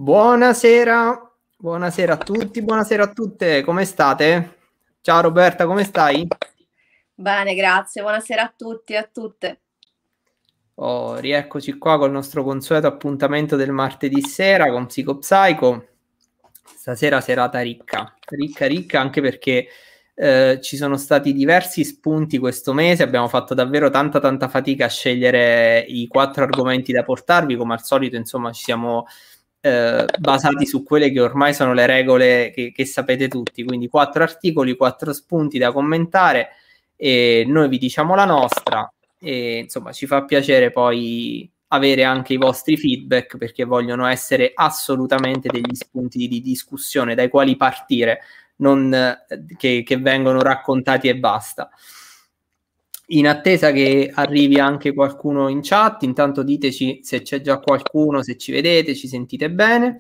Buonasera, buonasera a tutti, buonasera a tutte, come state? Ciao Roberta, come stai? Bene, grazie, buonasera a tutti e a tutte. Oh, rieccoci qua col nostro consueto appuntamento del martedì sera con Psicopsycho. Stasera serata ricca, ricca, ricca anche perché ci sono stati diversi spunti questo mese, abbiamo fatto davvero tanta fatica a scegliere i 4 argomenti da portarvi, come al solito, insomma, ci siamo basati su quelle che ormai sono le regole che sapete tutti, quindi 4 articoli, 4 spunti da commentare e noi vi diciamo la nostra e insomma ci fa piacere poi avere anche i vostri feedback perché vogliono essere assolutamente degli spunti di discussione dai quali partire, non che vengono raccontati e basta. In attesa che arrivi anche qualcuno in chat, intanto diteci se c'è già qualcuno, se ci vedete, ci sentite bene.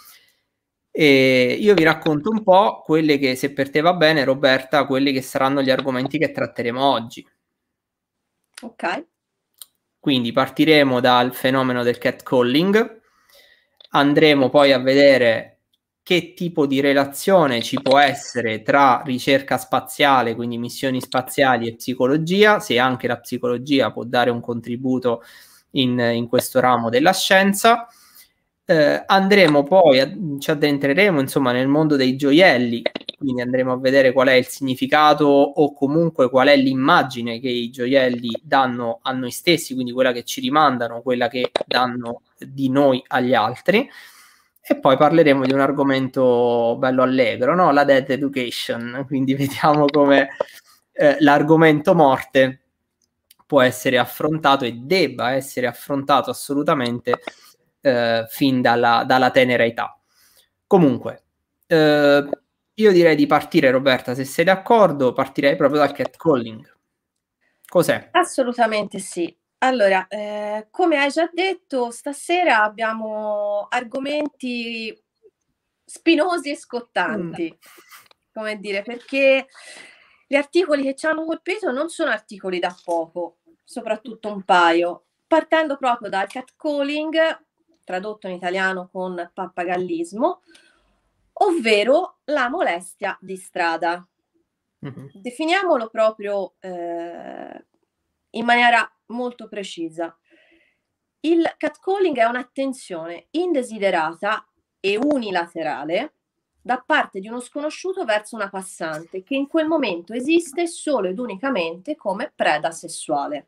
E io vi racconto un po' quelle che, se per te va bene, Roberta, quelli che saranno gli argomenti che tratteremo oggi. Ok. Quindi partiremo dal fenomeno del catcalling, andremo poi a vedere che tipo di relazione ci può essere tra ricerca spaziale, quindi missioni spaziali e psicologia, se anche la psicologia può dare un contributo in questo ramo della scienza. Andremo poi, ci addentreremo insomma nel mondo dei gioielli, quindi andremo a vedere qual è il significato o comunque qual è l'immagine che i gioielli danno a noi stessi, quindi quella che ci rimandano, quella che danno di noi agli altri. E poi parleremo di un argomento bello allegro, no? La death education, quindi vediamo come l'argomento morte può essere affrontato e debba essere affrontato assolutamente fin dalla tenera età. Comunque, io direi di partire, Roberta, se sei d'accordo, partirei proprio dal catcalling. Cos'è? Assolutamente sì. Allora, come hai già detto, stasera abbiamo argomenti spinosi e scottanti, come dire, perché gli articoli che ci hanno colpito non sono articoli da poco, soprattutto un paio, partendo proprio dal catcalling, tradotto in italiano con pappagallismo, ovvero la molestia di strada. Definiamolo proprio in maniera molto precisa. Il catcalling è un'attenzione indesiderata e unilaterale da parte di uno sconosciuto verso una passante che in quel momento esiste solo ed unicamente come preda sessuale.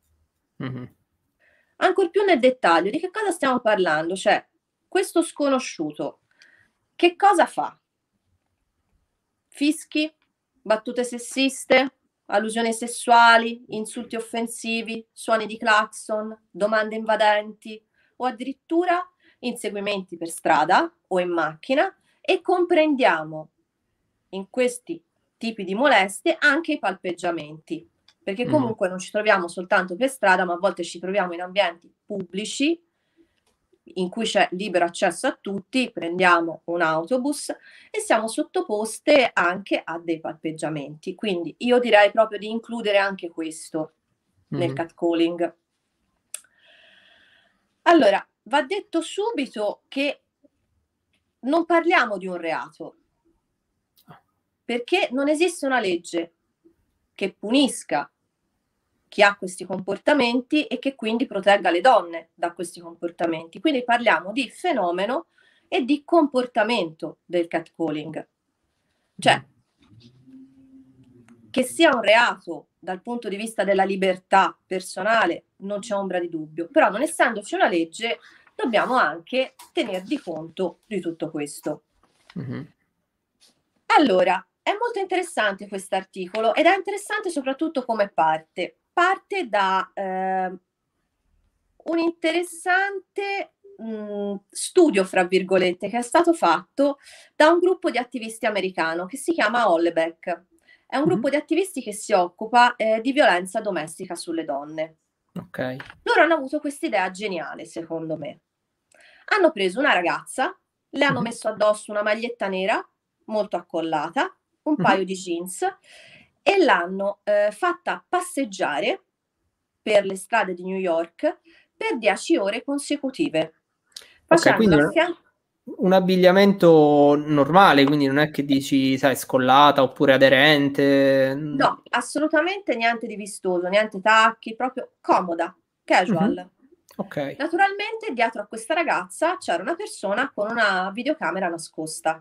Ancor più nel dettaglio, di che cosa stiamo parlando? Cioè, questo sconosciuto che cosa fa? Fischi, battute sessiste, allusioni sessuali, insulti offensivi, suoni di clacson, domande invadenti o addirittura inseguimenti per strada o in macchina, e comprendiamo in questi tipi di molestie anche i palpeggiamenti, perché comunque non ci troviamo soltanto per strada, ma a volte ci troviamo in ambienti pubblici in cui c'è libero accesso a tutti, prendiamo un autobus e siamo sottoposte anche a dei palpeggiamenti. Quindi io direi proprio di includere anche questo nel catcalling. Allora, va detto subito che non parliamo di un reato, perché non esiste una legge che punisca chi ha questi comportamenti e che quindi protegga le donne da questi comportamenti. Quindi parliamo di fenomeno e di comportamento del catcalling. Cioè, che sia un reato dal punto di vista della libertà personale non c'è ombra di dubbio, però non essendoci una legge dobbiamo anche tener di conto di tutto questo. Allora, è molto interessante questo articolo ed è interessante soprattutto come parte. Parte da un interessante studio, fra virgolette, che è stato fatto da un gruppo di attivisti americano che si chiama Hollaback. È un gruppo di attivisti che si occupa di violenza domestica sulle donne. Ok. Loro hanno avuto questa idea geniale, secondo me. Hanno preso una ragazza, le hanno messo addosso una maglietta nera molto accollata, un paio di jeans e l'hanno fatta passeggiare per le strade di New York per 10 ore consecutive. Ok, quindi un abbigliamento normale, quindi non è che dici, sai, scollata oppure aderente. No, assolutamente niente di vistoso, niente tacchi, proprio comoda, casual. Ok. Naturalmente dietro a questa ragazza c'era una persona con una videocamera nascosta.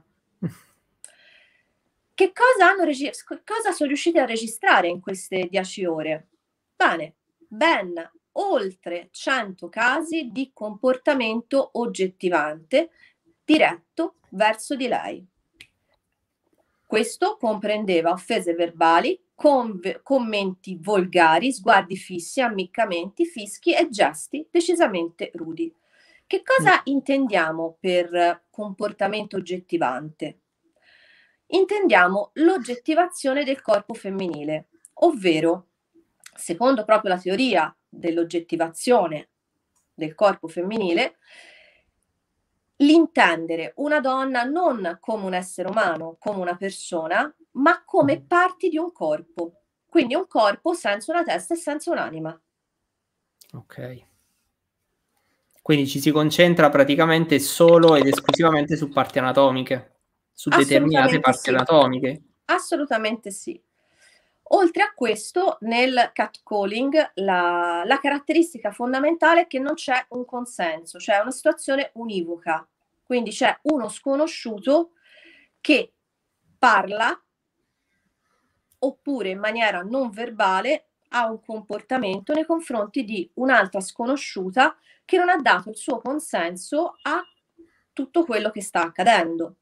Che cosa sono riusciti a registrare in queste 10 ore? Bene, ben oltre 100 casi di comportamento oggettivante diretto verso di lei. Questo comprendeva offese verbali, commenti volgari, sguardi fissi, ammiccamenti, fischi e gesti decisamente rudi. Che cosa intendiamo per comportamento oggettivante? Intendiamo l'oggettivazione del corpo femminile, ovvero, secondo proprio la teoria dell'oggettivazione del corpo femminile, l'intendere una donna non come un essere umano, come una persona, ma come parti di un corpo. Quindi un corpo senza una testa e senza un'anima. Ok. Quindi ci si concentra praticamente solo ed esclusivamente su parti anatomiche, su determinate Assolutamente parti sì. anatomiche. Assolutamente sì. Oltre a questo, nel catcalling la caratteristica fondamentale è che non c'è un consenso, cioè una situazione univoca. Quindi c'è uno sconosciuto che parla oppure in maniera non verbale ha un comportamento nei confronti di un'altra sconosciuta che non ha dato il suo consenso a tutto quello che sta accadendo.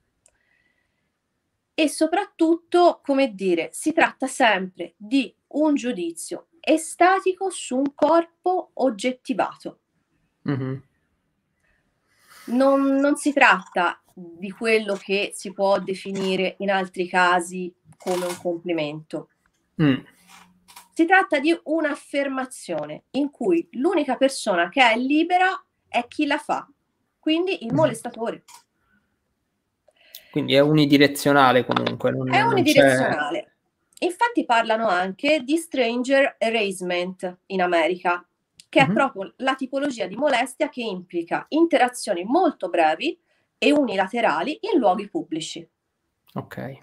E soprattutto, come dire, si tratta sempre di un giudizio estatico su un corpo oggettivato. Mm-hmm. Non si tratta di quello che si può definire in altri casi come un complimento. Si tratta di un'affermazione in cui l'unica persona che è libera è chi la fa, quindi il molestatore. Quindi è unidirezionale comunque. È unidirezionale. Infatti parlano anche di stranger harassment in America, che è proprio la tipologia di molestia che implica interazioni molto brevi e unilaterali in luoghi pubblici. Ok.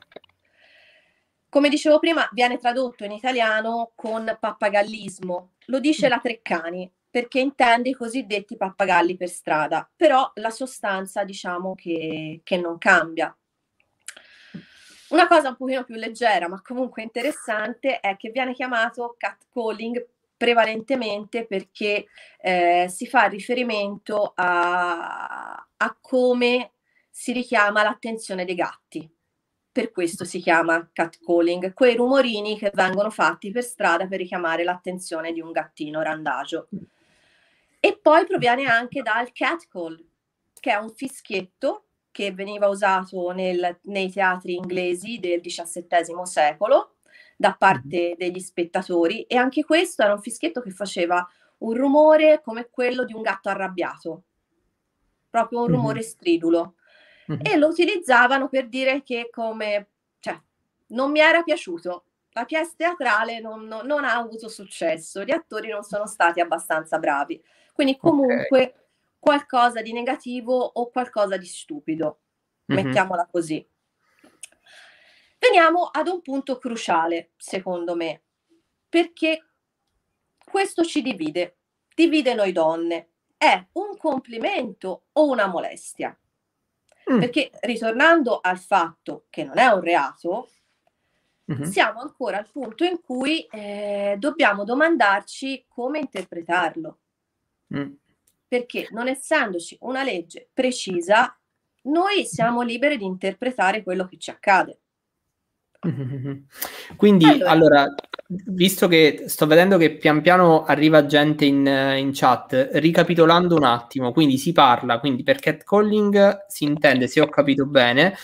Come dicevo prima, viene tradotto in italiano con pappagallismo. Lo dice la Treccani, perché intende i cosiddetti pappagalli per strada, però la sostanza diciamo che non cambia. Una cosa un pochino più leggera, ma comunque interessante, è che viene chiamato catcalling prevalentemente perché si fa riferimento a come si richiama l'attenzione dei gatti. Per questo si chiama catcalling, quei rumorini che vengono fatti per strada per richiamare l'attenzione di un gattino randagio. E poi proviene anche dal catcall, che è un fischietto che veniva usato nei teatri inglesi del XVII secolo da parte degli spettatori, e anche questo era un fischietto che faceva un rumore come quello di un gatto arrabbiato, proprio un rumore stridulo. E lo utilizzavano per dire che non mi era piaciuto, la pièce teatrale non ha avuto successo, gli attori non sono stati abbastanza bravi, quindi comunque qualcosa di negativo o qualcosa di stupido, mettiamola così. Veniamo ad un punto cruciale, secondo me, perché questo ci divide noi donne. È un complimento o una molestia? Perché ritornando al fatto che non è un reato, siamo ancora al punto in cui dobbiamo domandarci come interpretarlo. Perché non essendoci una legge precisa, noi siamo liberi di interpretare quello che ci accade. Quindi, allora, visto che sto vedendo che pian piano arriva gente in chat, ricapitolando un attimo, quindi si parla, quindi per catcalling si intende, se ho capito bene,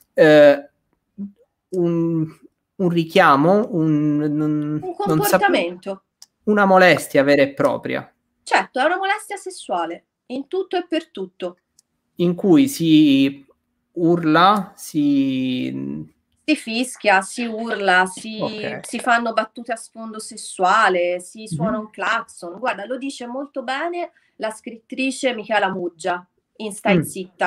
un richiamo, un comportamento. Una molestia vera e propria. Certo, è una molestia sessuale, in tutto e per tutto. In cui si urla, si fischia, si urla, si fanno battute a sfondo sessuale, si suona un clacson. Guarda, lo dice molto bene la scrittrice Michela Muggia in Stai zitta.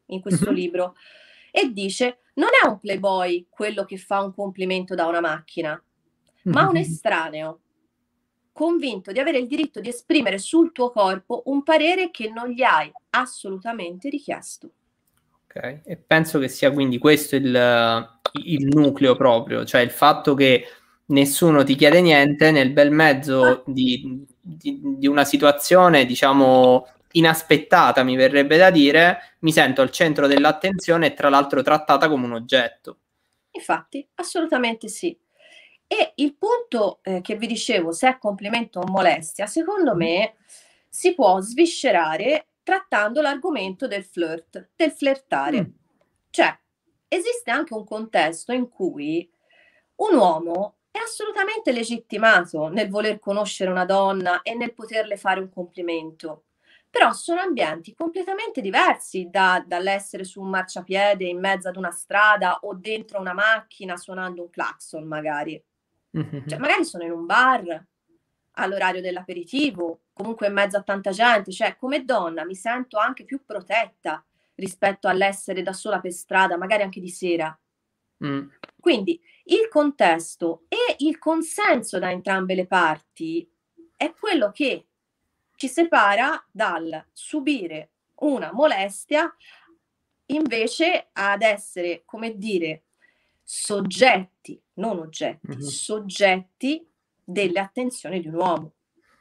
in questo libro, e dice: non è un playboy quello che fa un complimento da una macchina, ma un estraneo, convinto di avere il diritto di esprimere sul tuo corpo un parere che non gli hai assolutamente richiesto. Ok, e penso che sia quindi questo il nucleo proprio, cioè il fatto che nessuno ti chiede niente nel bel mezzo di una situazione, diciamo, inaspettata, mi verrebbe da dire, mi sento al centro dell'attenzione e tra l'altro trattata come un oggetto. Infatti, assolutamente sì. E il punto che vi dicevo, se è complimento o molestia, secondo me si può sviscerare trattando l'argomento del flirt, del flirtare. Cioè, esiste anche un contesto in cui un uomo è assolutamente legittimato nel voler conoscere una donna e nel poterle fare un complimento. Però sono ambienti completamente diversi dall'essere su un marciapiede in mezzo ad una strada o dentro una macchina suonando un clacson magari. Cioè, magari sono in un bar all'orario dell'aperitivo, comunque in mezzo a tanta gente, cioè come donna mi sento anche più protetta rispetto all'essere da sola per strada, magari anche di sera. Quindi il contesto e il consenso da entrambe le parti è quello che ci separa dal subire una molestia invece ad essere, come dire, soggetti, non oggetti, soggetti delle attenzioni di un uomo.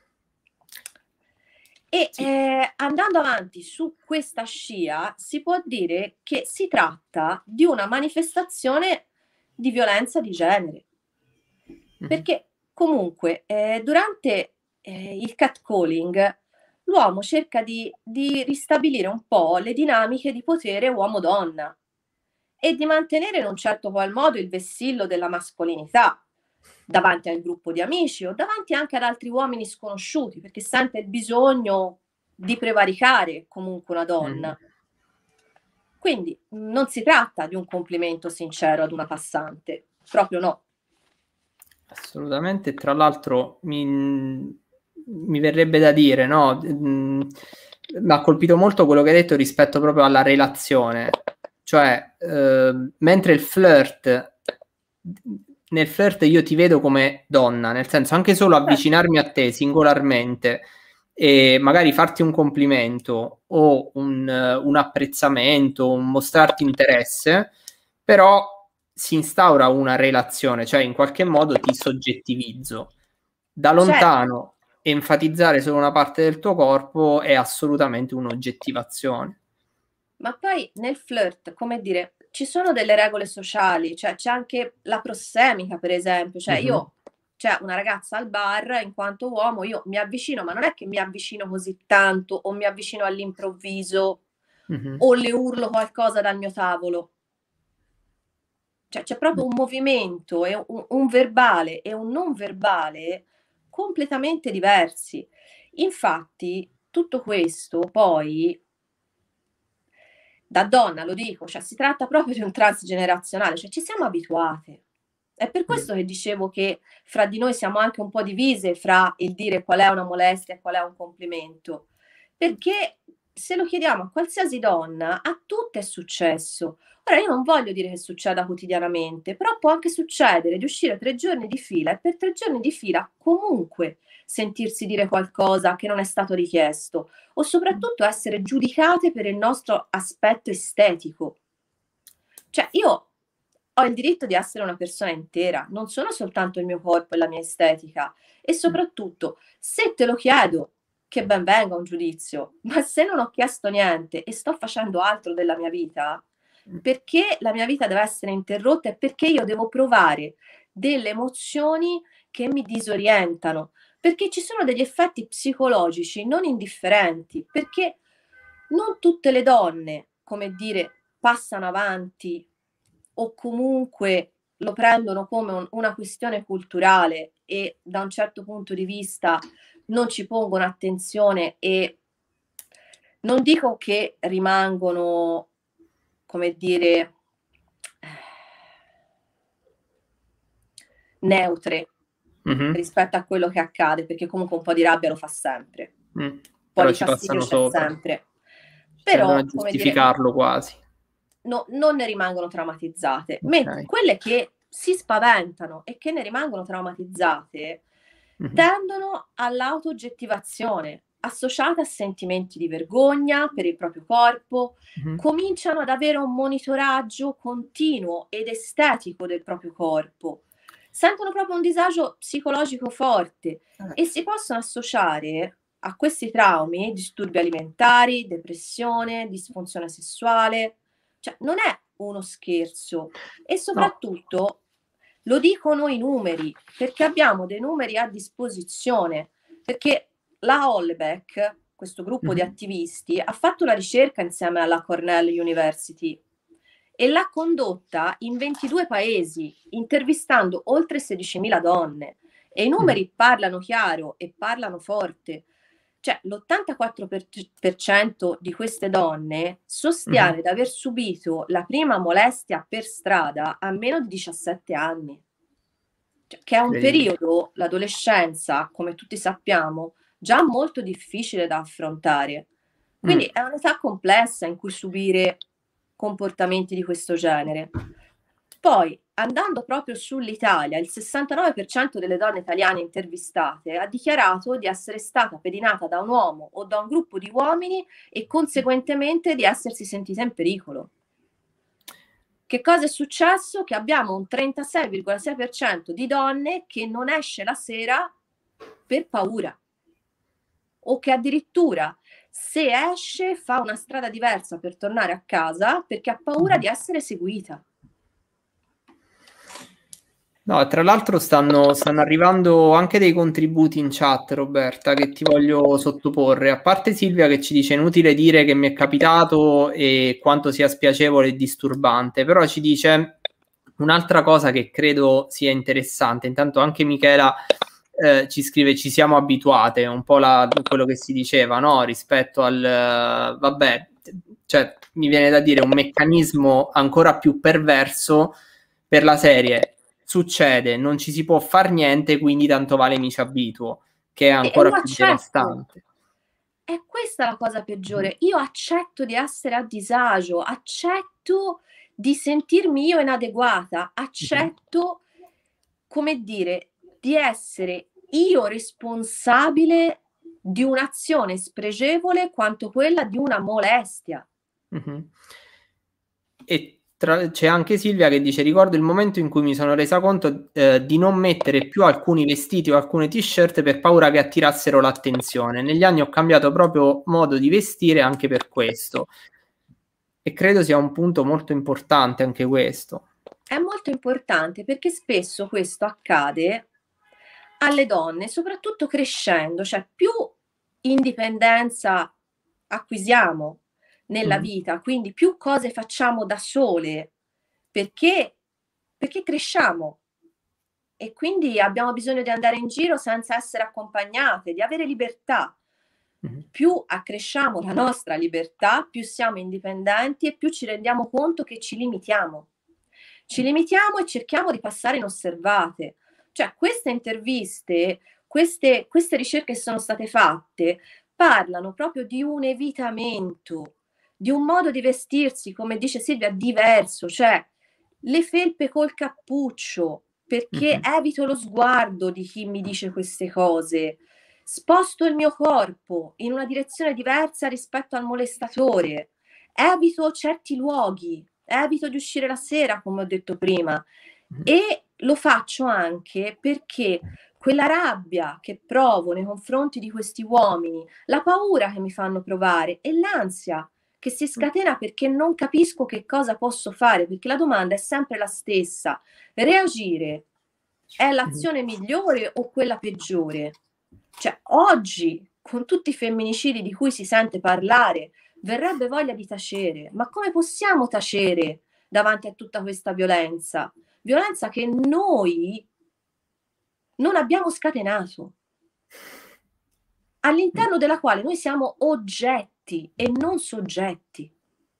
E Sì. andando avanti su questa scia, si può dire che si tratta di una manifestazione di violenza di genere. Perché comunque durante il catcalling l'uomo cerca di ristabilire un po' le dinamiche di potere uomo-donna e di mantenere in un certo qual modo il vessillo della mascolinità davanti al gruppo di amici o davanti anche ad altri uomini sconosciuti, perché sente il bisogno di prevaricare comunque una donna. Quindi non si tratta di un complimento sincero ad una passante, proprio no. Assolutamente, tra l'altro mi verrebbe da dire, no? Mi ha colpito molto quello che hai detto rispetto proprio alla relazione, cioè mentre nel flirt io ti vedo come donna, nel senso anche solo avvicinarmi a te singolarmente e magari farti un complimento o un apprezzamento, un mostrarti interesse, però si instaura una relazione, cioè in qualche modo ti soggettivizzo. Da lontano enfatizzare solo una parte del tuo corpo è assolutamente un'oggettivazione. Ma poi nel flirt, come dire, ci sono delle regole sociali, cioè c'è anche la prossemica, per esempio, cioè io c'è una ragazza al bar, in quanto uomo, io mi avvicino, ma non è che mi avvicino così tanto o mi avvicino all'improvviso o le urlo qualcosa dal mio tavolo. Cioè c'è proprio un movimento e un verbale e un non verbale completamente diversi. Infatti tutto questo poi da donna lo dico, cioè si tratta proprio di un transgenerazionale, cioè ci siamo abituate. È per questo che dicevo che fra di noi siamo anche un po' divise fra il dire qual è una molestia e qual è un complimento. Perché se lo chiediamo a qualsiasi donna, a tutte è successo. Ora io non voglio dire che succeda quotidianamente, però può anche succedere di uscire 3 giorni di fila e per 3 giorni di fila comunque sentirsi dire qualcosa che non è stato richiesto o soprattutto essere giudicate per il nostro aspetto estetico. Cioè io ho il diritto di essere una persona intera, non sono soltanto il mio corpo e la mia estetica e soprattutto se te lo chiedo che ben venga un giudizio, ma se non ho chiesto niente e sto facendo altro della mia vita, perché la mia vita deve essere interrotta e perché io devo provare delle emozioni che mi disorientano, perché ci sono degli effetti psicologici non indifferenti, perché non tutte le donne, come dire, passano avanti o comunque lo prendono come una questione culturale e da un certo punto di vista non ci pongono attenzione e non dico che rimangono, come dire, neutre rispetto a quello che accade, perché comunque un po' di rabbia lo fa sempre. Un po' Però di ci fastidio passano c'è sopra. sempre. tendono però, a come dire, giustificarlo quasi. non ne rimangono traumatizzate. Mentre Ok. quelle che si spaventano e che ne rimangono traumatizzate Mhm. tendono all'autooggettivazione, associata a sentimenti di vergogna per il proprio corpo, Mhm. cominciano ad avere un monitoraggio continuo ed estetico del proprio corpo, sentono proprio un disagio psicologico forte e si possono associare a questi traumi disturbi alimentari, depressione, disfunzione sessuale. Cioè, non è uno scherzo e No. soprattutto lo dicono i numeri, perché abbiamo dei numeri a disposizione, perché la Hollebeck, questo gruppo di Mhm. attivisti, ha fatto una ricerca insieme alla Cornell University e l'ha condotta in 22 paesi, intervistando oltre 16.000 donne. E i Mhm. numeri parlano chiaro e parlano forte. Cioè, l'84% di queste donne Mhm. sostiene di aver subito la prima molestia per strada a meno di 17 anni. Cioè, che è un Incredibile. periodo, l'adolescenza, come tutti sappiamo, già molto difficile da affrontare. Quindi Mm. è un'età complessa in cui subire comportamenti di questo genere. Poi, andando proprio sull'Italia, il 69% delle donne italiane intervistate ha dichiarato di essere stata pedinata da un uomo o da un gruppo di uomini e conseguentemente di essersi sentita in pericolo. Che cosa è successo? Che abbiamo un 36,6% di donne che non esce la sera per paura o che addirittura se esce fa una strada diversa per tornare a casa perché ha paura Mhm. di essere seguita. No, tra l'altro stanno arrivando anche dei contributi in chat, Roberta, che ti voglio sottoporre. A parte Silvia che ci dice inutile dire che mi è capitato e quanto sia spiacevole e disturbante, però ci dice un'altra cosa che credo sia interessante. Intanto anche Michela ci scrive ci siamo abituate, un po' quello che si diceva, no? Rispetto al vabbè, cioè mi viene da dire un meccanismo ancora più perverso per la serie. Succede, non ci si può far niente, quindi tanto vale mi ci abituo, che è E ancora lo più accetto. devastante. È questa la cosa peggiore. Io accetto di essere a disagio, accetto di sentirmi io inadeguata, Mhm. accetto, come dire, di essere io responsabile di un'azione spregevole quanto quella di una molestia. Mhm. E c'è anche Silvia che dice: ricordo il momento in cui mi sono resa conto di non mettere più alcuni vestiti o alcune t-shirt per paura che attirassero l'attenzione. Negli anni ho cambiato proprio modo di vestire anche per questo. E credo sia un punto molto importante anche questo. È molto importante perché spesso questo accade alle donne, soprattutto crescendo, cioè più indipendenza acquisiamo nella Mhm. vita, quindi più cose facciamo da sole perché, perché cresciamo e quindi abbiamo bisogno di andare in giro senza essere accompagnate, di avere libertà. Mhm. Più accresciamo la nostra libertà, più siamo indipendenti e più ci rendiamo conto che ci limitiamo. Ci limitiamo e cerchiamo di passare inosservate. Cioè, queste interviste, queste ricerche che sono state fatte, parlano proprio di un evitamento, di un modo di vestirsi, come dice Silvia, diverso, cioè le felpe col cappuccio, perché Mhm. evito lo sguardo di chi mi dice queste cose, sposto il mio corpo in una direzione diversa rispetto al molestatore, evito certi luoghi, evito di uscire la sera, come ho detto prima, Mhm. e lo faccio anche perché quella rabbia che provo nei confronti di questi uomini, la paura che mi fanno provare e l'ansia che si scatena perché non capisco che cosa posso fare, perché la domanda è sempre la stessa. Reagire è Mhm. l'azione migliore o quella peggiore? Cioè, oggi, con tutti i femminicidi di cui si sente parlare, verrebbe voglia di tacere. Ma come possiamo tacere davanti a tutta questa violenza? Violenza che noi non abbiamo scatenato, all'interno della quale noi siamo oggetti e non soggetti.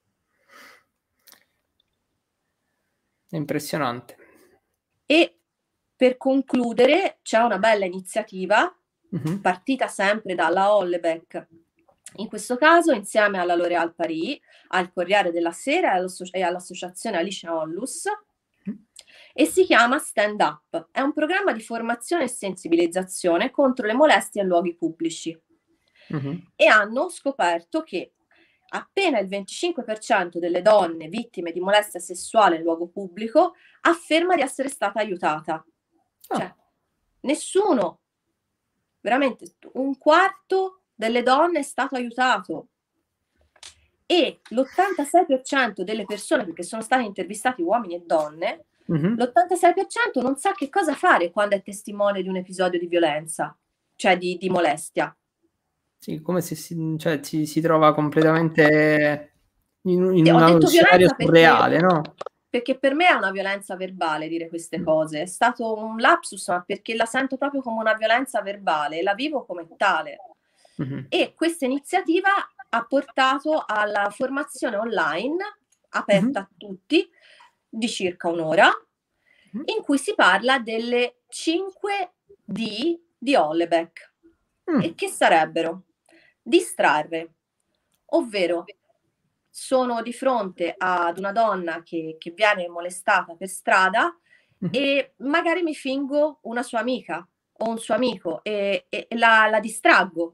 È impressionante. E per concludere, c'è una bella iniziativa Mhm. partita sempre dalla Hollebeck in questo caso insieme alla L'Oréal Paris, al Corriere della Sera e all'associazione Alice Onlus, e si chiama Stand Up. È un programma di formazione e sensibilizzazione contro le molestie in luoghi pubblici. E hanno scoperto che appena il 25% delle donne vittime di molestia sessuale in luogo pubblico afferma di essere stata aiutata. Cioè, nessuno, veramente un quarto delle donne è stato aiutato. E l'86% delle persone, perché sono stati intervistati uomini e donne, l'86% non sa che cosa fare quando è testimone di un episodio di violenza, cioè di molestia. Sì, come se si trova completamente in uno scenario surreale, no? Perché per me è una violenza verbale dire queste cose. È stato un lapsus, ma perché la sento proprio come una violenza verbale, la vivo come tale. E questa iniziativa ha portato alla formazione online aperta a tutti di circa un'ora, in cui si parla delle 5 D di Hollebeck. E che sarebbero? Distrarre, ovvero sono di fronte ad una donna che viene molestata per strada e magari mi fingo una sua amica o un suo amico e la distraggo.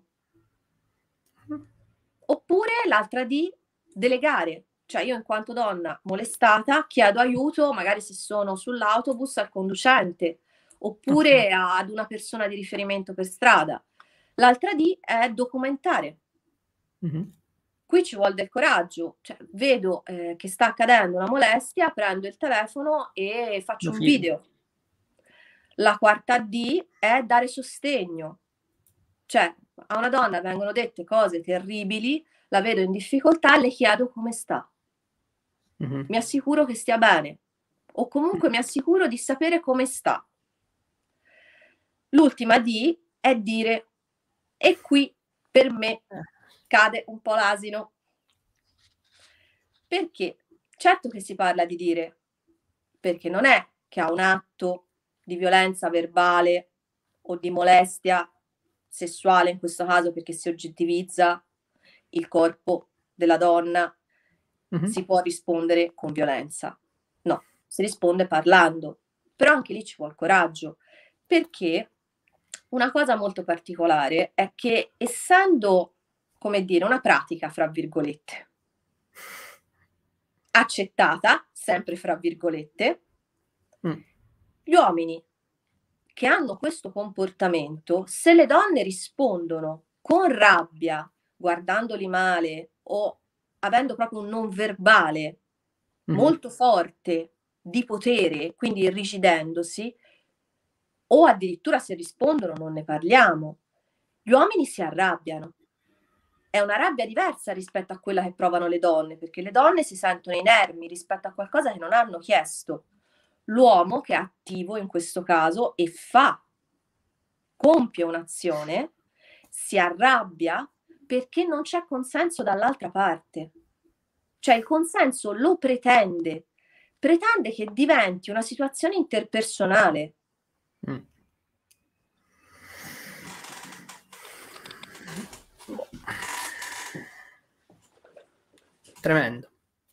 Oppure l'altra D, delegare. Cioè io in quanto donna molestata chiedo aiuto, magari se sono sull'autobus, al conducente, oppure ad una persona di riferimento per strada. L'altra D è documentare. Qui ci vuole del coraggio. Cioè, vedo che sta accadendo una molestia, prendo il telefono e faccio un video. La quarta D è dare sostegno. Cioè, a una donna vengono dette cose terribili, la vedo in difficoltà, le chiedo come sta. Mi assicuro che stia bene, o comunque mi assicuro di sapere come sta. L'ultima D è dire, e qui per me cade un po' l'asino. Perché certo che si parla di dire, perché non è che ha un atto di violenza verbale o di molestia sessuale, in questo caso perché si oggettivizza il corpo della donna, si può rispondere con violenza. No, si risponde parlando. Però anche lì ci vuole coraggio, perché una cosa molto particolare è che essendo, come dire, una pratica, fra virgolette, accettata, sempre fra virgolette, gli uomini che hanno questo comportamento, se le donne rispondono con rabbia, guardandoli male o avendo proprio un non verbale molto forte di potere, quindi irrigidendosi, o addirittura se rispondono non ne parliamo, gli uomini si arrabbiano. È una rabbia diversa rispetto a quella che provano le donne, perché le donne si sentono inermi rispetto a qualcosa che non hanno chiesto. L'uomo che è attivo in questo caso e compie un'azione, si arrabbia perché non c'è consenso dall'altra parte. Cioè il consenso lo pretende che diventi una situazione interpersonale. Tremendo.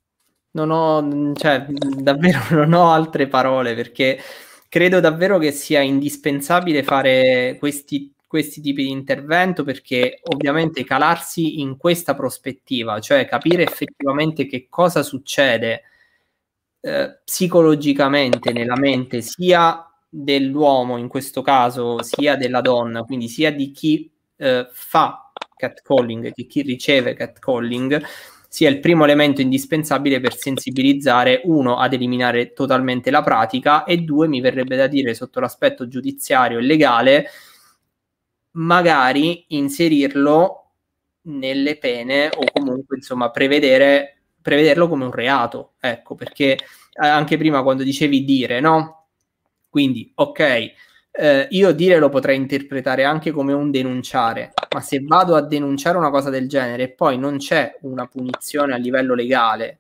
Davvero non ho altre parole, perché credo davvero che sia indispensabile fare questi tipi di intervento, perché ovviamente calarsi in questa prospettiva, cioè capire effettivamente che cosa succede psicologicamente nella mente sia dell'uomo in questo caso, sia della donna, quindi sia di chi fa catcalling che chi riceve catcalling, sia il primo elemento indispensabile per sensibilizzare, uno, ad eliminare totalmente la pratica, e due, mi verrebbe da dire, sotto l'aspetto giudiziario e legale, magari inserirlo nelle pene o comunque insomma prevederlo come un reato, ecco, perché anche prima quando dicevi dire, no? Quindi, ok, io dire lo potrei interpretare anche come un denunciare, ma se vado a denunciare una cosa del genere e poi non c'è una punizione a livello legale,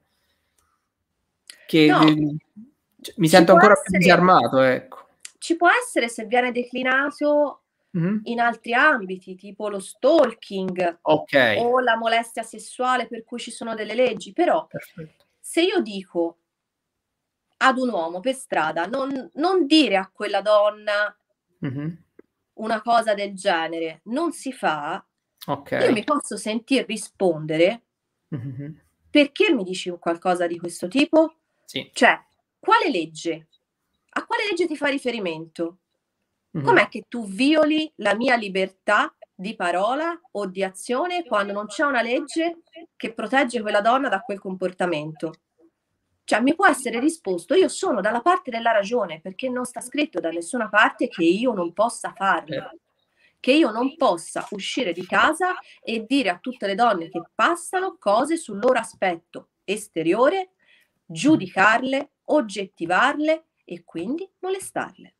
mi sento ancora più disarmato, ecco. Ci può essere se viene declinato Mhm. in altri ambiti, tipo lo stalking Ok, o la molestia sessuale per cui ci sono delle leggi. Però perfetto. se io dico ad un uomo per strada, non dire a quella donna Mhm. una cosa del genere, non si fa, Ok. io mi posso sentir rispondere: Mhm. "Perché mi dici un qualcosa di questo tipo? Sì. Cioè, quale legge? A quale legge ti fa riferimento? Mhm. Com'è che tu violi la mia libertà di parola o di azione quando non c'è una legge che protegge quella donna da quel comportamento?" Cioè, mi può essere risposto: "Io sono dalla parte della ragione, perché non sta scritto da nessuna parte che io non possa farlo, Eh, che io non possa uscire di casa e dire a tutte le donne che passano cose sul loro aspetto esteriore, mhm. giudicarle, oggettivarle e quindi molestarle."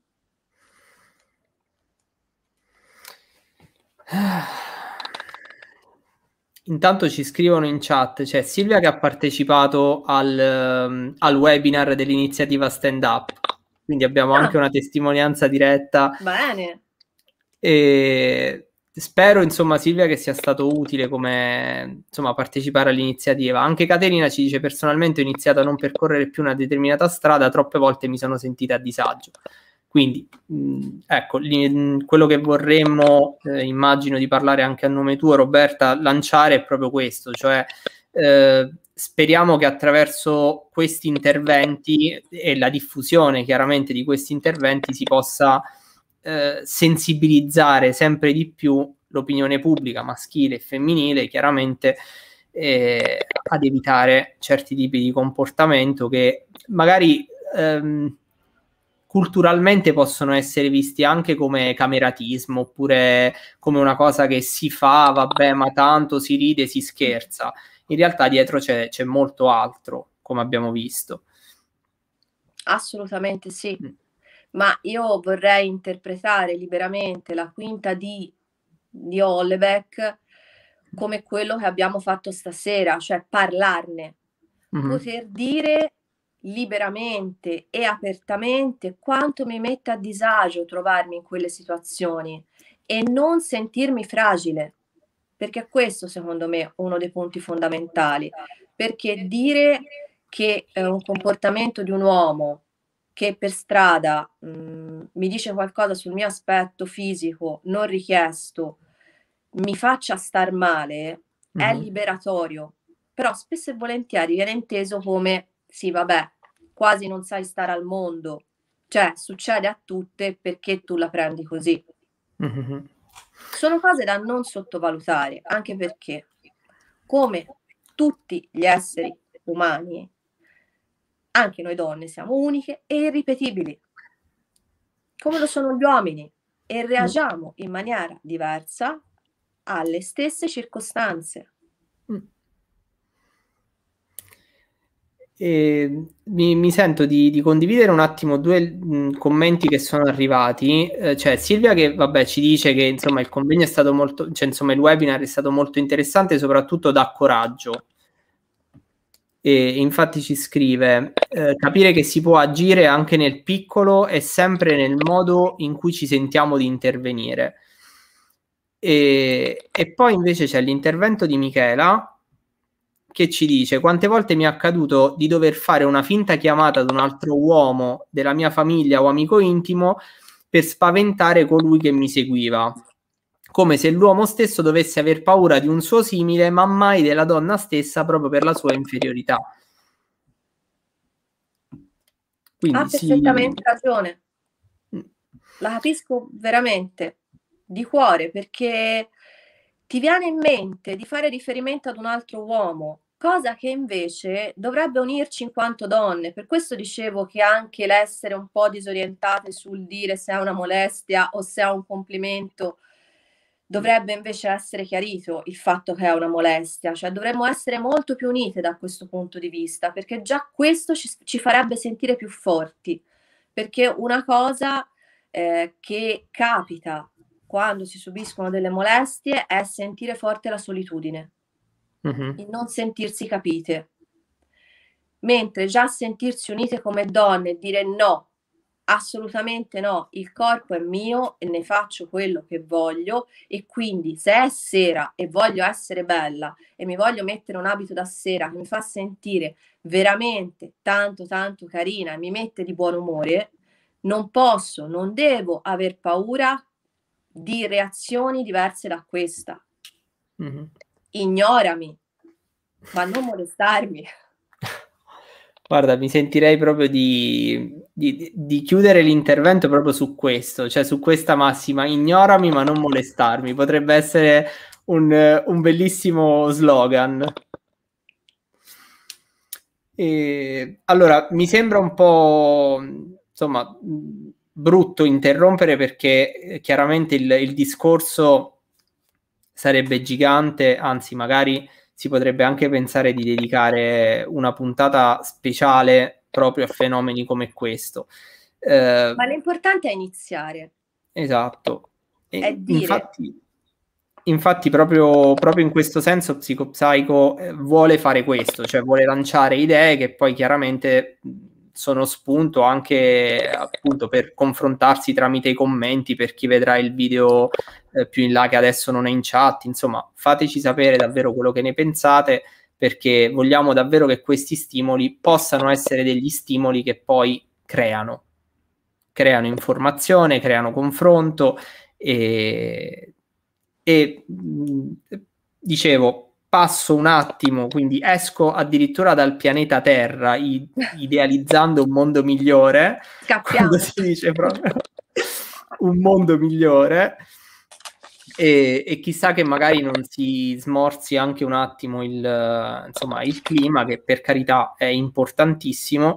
Intanto ci scrivono in chat, c'è Silvia che ha partecipato al webinar dell'iniziativa Stand Up, quindi abbiamo anche Ah, una testimonianza diretta bene. e spero insomma Silvia che sia stato utile come insomma partecipare all'iniziativa. Anche Caterina ci dice personalmente ho iniziato a non percorrere più una determinata strada, troppe volte mi sono sentita a disagio. Quindi, ecco, quello che vorremmo, immagino di parlare anche a nome tuo, Roberta, lanciare è proprio questo, cioè speriamo che attraverso questi interventi e la diffusione chiaramente di questi interventi si possa sensibilizzare sempre di più l'opinione pubblica maschile e femminile, chiaramente ad evitare certi tipi di comportamento che magari culturalmente possono essere visti anche come cameratismo oppure come una cosa che si fa, vabbè, ma tanto si ride, si scherza. In realtà dietro c'è molto altro, come abbiamo visto. Assolutamente sì. Mm. Ma io vorrei interpretare liberamente la quinta D di Hollebeck come quello che abbiamo fatto stasera, cioè parlarne, Mhm. poter dire liberamente e apertamente quanto mi mette a disagio trovarmi in quelle situazioni e non sentirmi fragile, perché questo secondo me è uno dei punti fondamentali, perché dire che un comportamento di un uomo che per strada mi dice qualcosa sul mio aspetto fisico non richiesto, mi faccia star male, è Mhm. liberatorio, però spesso e volentieri viene inteso come sì, vabbè, quasi non sai stare al mondo, cioè succede a tutte perché tu la prendi così. Mhm. Sono cose da non sottovalutare, anche perché, come tutti gli esseri umani, anche noi donne siamo uniche e irripetibili, come lo sono gli uomini, e Mm. reagiamo in maniera diversa alle stesse circostanze. Mm. E mi sento di condividere un attimo due commenti che sono arrivati. C'è Silvia che vabbè, ci dice che insomma il convegno è stato molto, cioè insomma il webinar è stato molto interessante, soprattutto dà coraggio. E infatti ci scrive capire che si può agire anche nel piccolo e sempre nel modo in cui ci sentiamo di intervenire. E poi invece c'è l'intervento di Michela che ci dice quante volte mi è accaduto di dover fare una finta chiamata ad un altro uomo della mia famiglia o amico intimo per spaventare colui che mi seguiva, come se l'uomo stesso dovesse aver paura di un suo simile, ma mai della donna stessa proprio per la sua inferiorità. Ha Quindi sì. perfettamente ragione, la capisco veramente di cuore perché ti viene in mente di fare riferimento ad un altro uomo, cosa che invece dovrebbe unirci in quanto donne. Per questo dicevo che anche l'essere un po' disorientate sul dire se è una molestia o se è un complimento dovrebbe invece essere chiarito il fatto che è una molestia, cioè dovremmo essere molto più unite da questo punto di vista, perché già questo ci farebbe sentire più forti, perché una cosa che capita quando si subiscono delle molestie è sentire forte la solitudine, Mhm. il non sentirsi capite, mentre già sentirsi unite come donne e dire no Assolutamente no, il corpo è mio e ne faccio quello che voglio, e quindi se è sera e voglio essere bella e mi voglio mettere un abito da sera che mi fa sentire veramente tanto tanto carina e mi mette di buon umore, non posso, non devo aver paura di reazioni diverse da questa. Mhm. Ignorami, ma non molestarmi. Guarda, mi sentirei proprio di chiudere l'intervento proprio su questo, cioè su questa massima: ignorami ma non molestarmi. Potrebbe essere un bellissimo slogan. Allora, mi sembra un po', insomma, brutto interrompere, perché chiaramente il discorso sarebbe gigante, anzi magari si potrebbe anche pensare di dedicare una puntata speciale proprio a fenomeni come questo. Ma l'importante è iniziare, Esatto. è dire. Infatti proprio in questo senso Psicopsycho vuole fare questo, cioè vuole lanciare idee che poi chiaramente sono spunto anche appunto per confrontarsi tramite i commenti, per chi vedrà il video più in là, che adesso non è in chat. Insomma, fateci sapere davvero quello che ne pensate, perché vogliamo davvero che questi stimoli possano essere degli stimoli che poi creano informazione, creano confronto e dicevo, passo un attimo, quindi esco addirittura dal pianeta Terra, idealizzando un mondo migliore. Scappiamo. Quando si dice proprio un mondo migliore, e chissà che magari non si smorzi anche un attimo insomma, il clima, che per carità è importantissimo.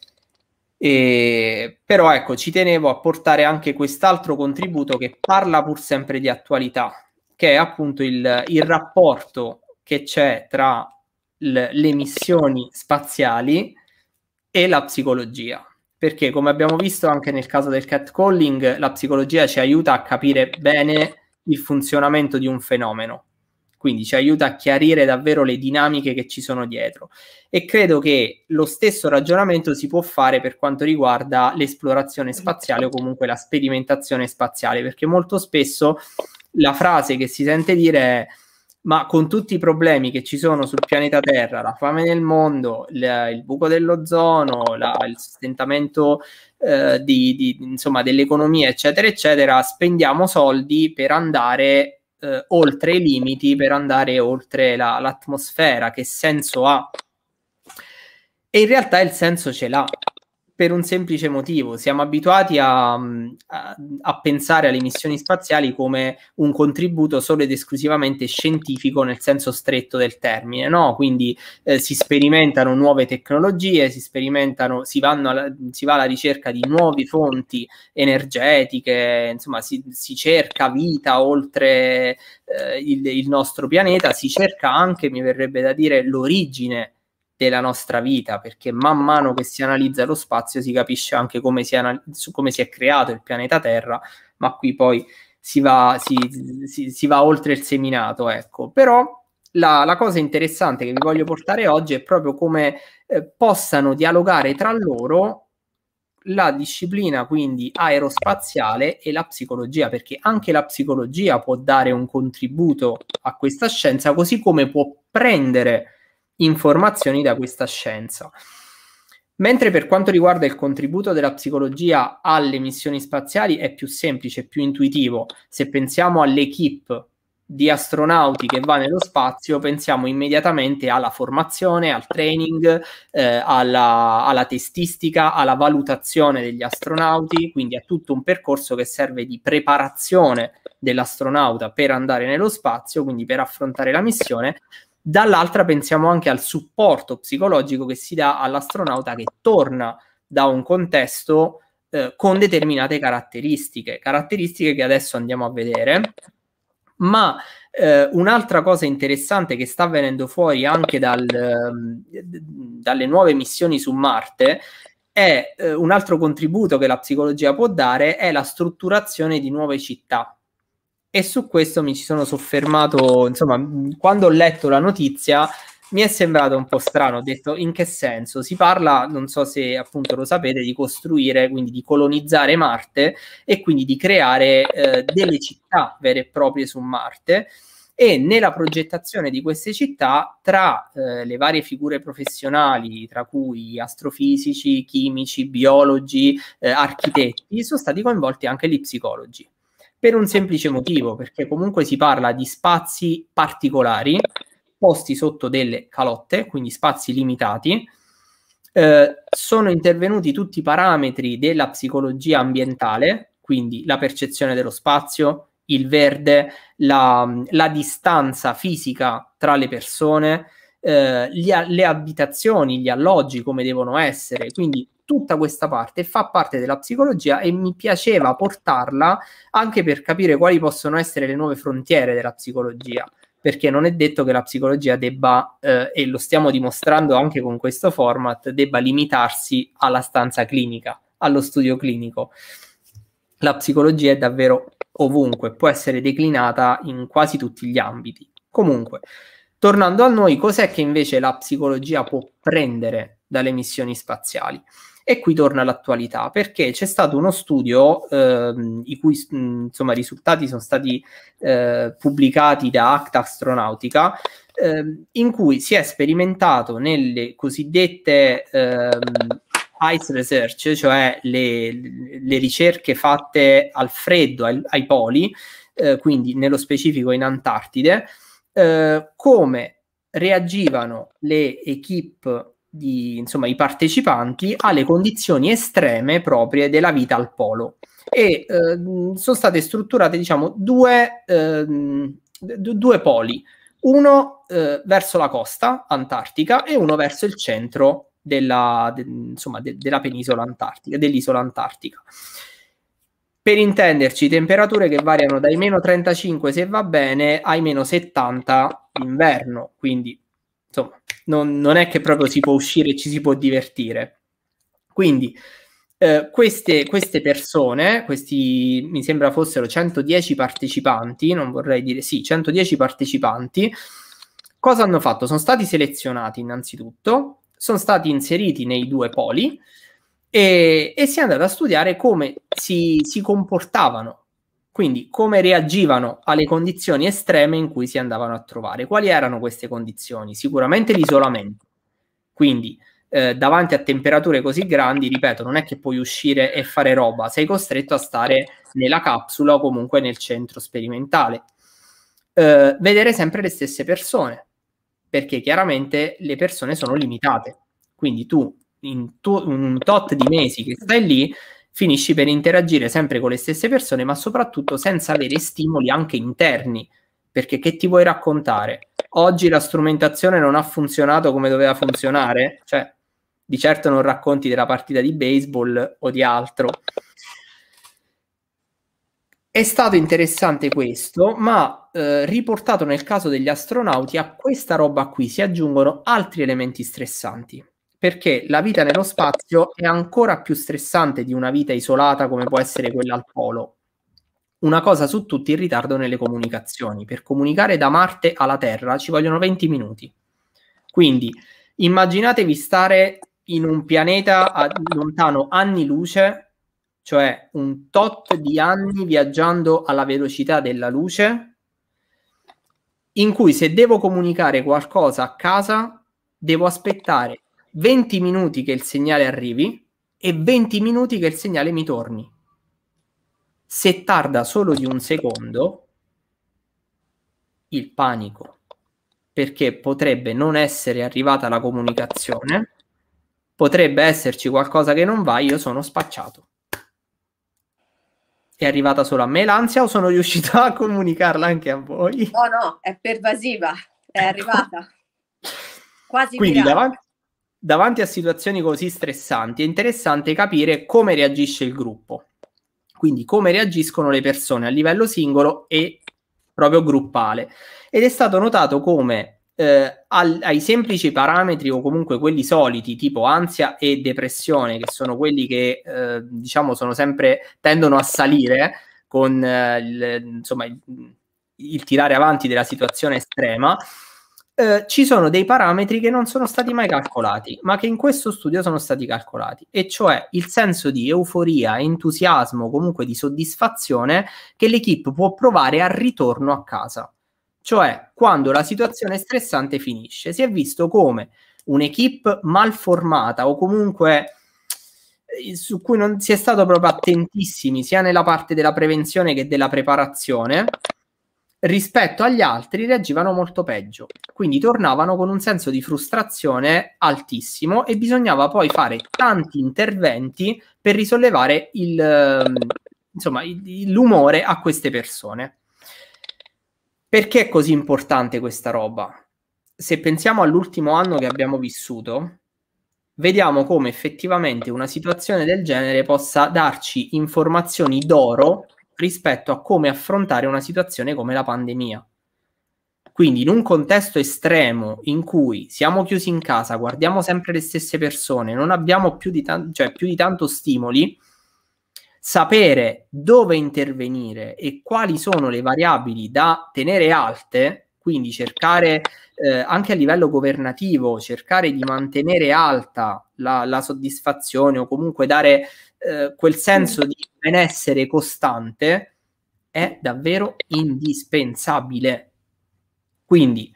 Però ecco, ci tenevo a portare anche quest'altro contributo che parla pur sempre di attualità, che è appunto il rapporto che c'è tra le missioni spaziali e la psicologia. Perché, come abbiamo visto anche nel caso del catcalling, la psicologia ci aiuta a capire bene il funzionamento di un fenomeno, quindi ci aiuta a chiarire davvero le dinamiche che ci sono dietro. E credo che lo stesso ragionamento si può fare per quanto riguarda l'esplorazione spaziale, o comunque la sperimentazione spaziale, perché molto spesso la frase che si sente dire è: ma con tutti i problemi che ci sono sul pianeta Terra, la fame nel mondo, il buco dell'ozono, il sostentamento insomma, dell'economia, eccetera, eccetera, spendiamo soldi per andare oltre i limiti, per andare oltre l'atmosfera. Che senso ha? E in realtà il senso ce l'ha, per un semplice motivo: siamo abituati a pensare alle missioni spaziali come un contributo solo ed esclusivamente scientifico, nel senso stretto del termine, no? Quindi si sperimentano nuove tecnologie, si va alla ricerca di nuove fonti energetiche, insomma si cerca vita oltre il nostro pianeta, si cerca anche, mi verrebbe da dire, l'origine della nostra vita, perché man mano che si analizza lo spazio si capisce anche come si è creato il pianeta Terra, ma qui poi si va oltre il seminato, ecco. Però la cosa interessante che vi voglio portare oggi è proprio come possano dialogare tra loro la disciplina quindi aerospaziale e la psicologia, perché anche la psicologia può dare un contributo a questa scienza, così come può prendere informazioni da questa scienza. Mentre per quanto riguarda il contributo della psicologia alle missioni spaziali è più semplice, più intuitivo. Se pensiamo all'equipe di astronauti che va nello spazio, pensiamo immediatamente alla formazione, al training, alla testistica, alla valutazione degli astronauti, quindi a tutto un percorso che serve di preparazione dell'astronauta per andare nello spazio, quindi per affrontare la missione. Dall'altra pensiamo anche al supporto psicologico che si dà all'astronauta che torna da un contesto con determinate caratteristiche che adesso andiamo a vedere. Ma un'altra cosa interessante che sta venendo fuori anche dalle nuove missioni su Marte è un altro contributo che la psicologia può dare, è la strutturazione di nuove città. E su questo mi ci sono soffermato, insomma, quando ho letto la notizia mi è sembrato un po' strano, ho detto in che senso? Si parla, non so se appunto lo sapete, di costruire, quindi di colonizzare Marte e quindi di creare delle città vere e proprie su Marte, e nella progettazione di queste città tra le varie figure professionali, tra cui astrofisici, chimici, biologi, architetti, sono stati coinvolti anche gli psicologi. Per un semplice motivo, perché comunque si parla di spazi particolari, posti sotto delle calotte, quindi spazi limitati. Sono intervenuti tutti i parametri della psicologia ambientale, quindi la percezione dello spazio, il verde, la distanza fisica tra le persone, le abitazioni, gli alloggi come devono essere, quindi tutta questa parte fa parte della psicologia e mi piaceva portarla anche per capire quali possono essere le nuove frontiere della psicologia, perché non è detto che la psicologia debba, e lo stiamo dimostrando anche con questo format, debba limitarsi alla stanza clinica, allo studio clinico. La psicologia è davvero ovunque, può essere declinata in quasi tutti gli ambiti. Comunque, tornando a noi, cos'è che invece la psicologia può prendere dalle missioni spaziali? E qui torna l'attualità, perché c'è stato uno studio i cui insomma, risultati sono stati pubblicati da Acta Astronautica, in cui si è sperimentato nelle cosiddette ice research, cioè le ricerche fatte al freddo, ai poli, quindi nello specifico in Antartide, come reagivano le equipe insomma, i partecipanti alle condizioni estreme proprie della vita al polo. E sono state strutturate, diciamo, due poli, uno verso la costa antartica e uno verso il centro della penisola antartica, dell'isola antartica. Per intenderci, temperature che variano dai meno 35 se va bene ai meno 70 d'inverno, quindi insomma non è che proprio si può uscire e ci si può divertire. Quindi queste persone, questi mi sembra fossero 110 partecipanti, non vorrei dire, sì, 110 partecipanti, cosa hanno fatto? Sono stati selezionati innanzitutto, sono stati inseriti nei due poli e si è andato a studiare come si comportavano, quindi come reagivano alle condizioni estreme in cui si andavano a trovare. Quali erano queste condizioni? Sicuramente l'isolamento, quindi davanti a temperature così grandi, ripeto, non è che puoi uscire e fare roba, sei costretto a stare nella capsula o comunque nel centro sperimentale. Vedere sempre le stesse persone, perché chiaramente le persone sono limitate, quindi tu in un tot di mesi che stai lì finisci per interagire sempre con le stesse persone, ma soprattutto senza avere stimoli anche interni, perché che ti vuoi raccontare? Oggi la strumentazione non ha funzionato come doveva funzionare? Cioè, di certo non racconti della partita di baseball o di altro. È stato interessante questo, ma riportato nel caso degli astronauti, a questa roba qui si aggiungono altri elementi stressanti, perché la vita nello spazio è ancora più stressante di una vita isolata come può essere quella al polo. Una cosa su tutti, il ritardo nelle comunicazioni. Per comunicare da Marte alla Terra ci vogliono 20 minuti. Quindi immaginatevi stare in un pianeta lontano anni luce, cioè un tot di anni viaggiando alla velocità della luce, in cui se devo comunicare qualcosa a casa, devo aspettare 20 minuti che il segnale arrivi e 20 minuti che il segnale mi torni. Se tarda solo di un secondo, il panico, perché potrebbe non essere arrivata la comunicazione, potrebbe esserci qualcosa che non va, io sono spacciato. È arrivata solo a me l'ansia o sono riuscito a comunicarla anche a voi? No, è pervasiva, è arrivata. Quasi quindi davanti a situazioni così stressanti è interessante capire come reagisce il gruppo, quindi come reagiscono le persone a livello singolo e proprio gruppale, ed è stato notato come ai semplici parametri o comunque quelli soliti tipo ansia e depressione, che sono quelli che diciamo sono sempre tendono a salire con insomma il tirare avanti della situazione estrema, ci sono dei parametri che non sono stati mai calcolati, ma che in questo studio sono stati calcolati, e cioè il senso di euforia, entusiasmo, comunque di soddisfazione che l'equipe può provare al ritorno a casa. Cioè, quando la situazione stressante finisce, si è visto come un'equipe mal formata o comunque su cui non si è stato proprio attentissimi sia nella parte della prevenzione che della preparazione, rispetto agli altri reagivano molto peggio, quindi tornavano con un senso di frustrazione altissimo e bisognava poi fare tanti interventi per risollevare l'umore a queste persone. Perché è così importante questa roba? Se pensiamo all'ultimo anno che abbiamo vissuto, vediamo come effettivamente una situazione del genere possa darci informazioni d'oro rispetto a come affrontare una situazione come la pandemia. Quindi in un contesto estremo in cui siamo chiusi in casa, guardiamo sempre le stesse persone, non abbiamo più di tanto stimoli, sapere dove intervenire e quali sono le variabili da tenere alte, quindi cercare anche a livello governativo, cercare di mantenere alta la soddisfazione o comunque dare quel senso di benessere costante, è davvero indispensabile. Quindi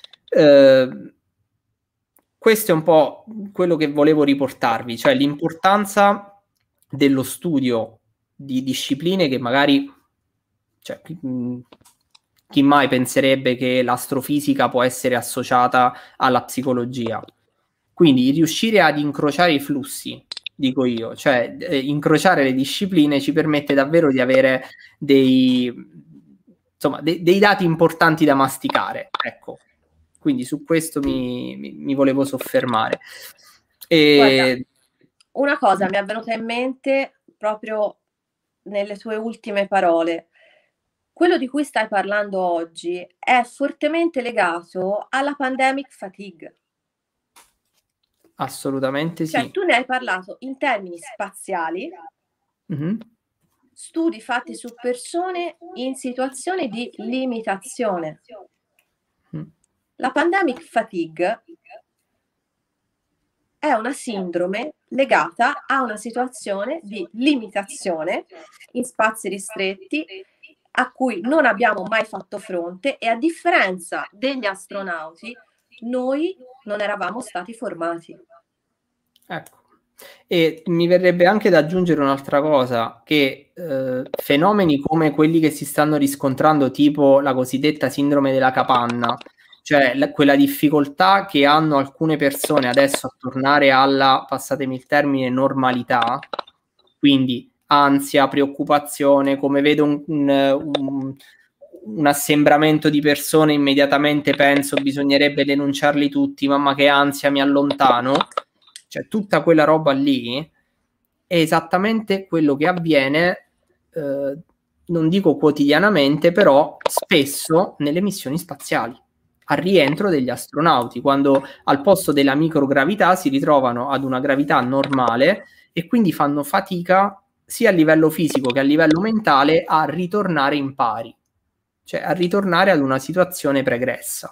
questo è un po' quello che volevo riportarvi, cioè l'importanza dello studio di discipline che magari, cioè, chi mai penserebbe che l'astrofisica può essere associata alla psicologia? Quindi riuscire ad incrociare i flussi, dico io, cioè incrociare le discipline ci permette davvero di avere dei dati importanti da masticare, ecco. Quindi su questo mi volevo soffermare. Guarda, una cosa mi è venuta in mente proprio nelle tue ultime parole. Quello di cui stai parlando oggi è fortemente legato alla pandemic fatigue. Assolutamente sì. Cioè, tu ne hai parlato in termini spaziali, studi fatti su persone in situazione di limitazione. La pandemic fatigue è una sindrome legata a una situazione di limitazione in spazi ristretti a cui non abbiamo mai fatto fronte, e a differenza degli astronauti noi non eravamo stati formati. Ecco. E mi verrebbe anche da aggiungere un'altra cosa, che fenomeni come quelli che si stanno riscontrando, tipo la cosiddetta sindrome della capanna, cioè quella difficoltà che hanno alcune persone adesso a tornare alla, passatemi il termine, normalità, quindi ansia, preoccupazione, come vedo un assembramento di persone, immediatamente penso bisognerebbe denunciarli tutti, mamma che ansia, mi allontano. Cioè tutta quella roba lì è esattamente quello che avviene, non dico quotidianamente, però spesso nelle missioni spaziali, al rientro degli astronauti, quando al posto della microgravità si ritrovano ad una gravità normale e quindi fanno fatica sia a livello fisico che a livello mentale a ritornare in pari, cioè a ritornare ad una situazione pregressa.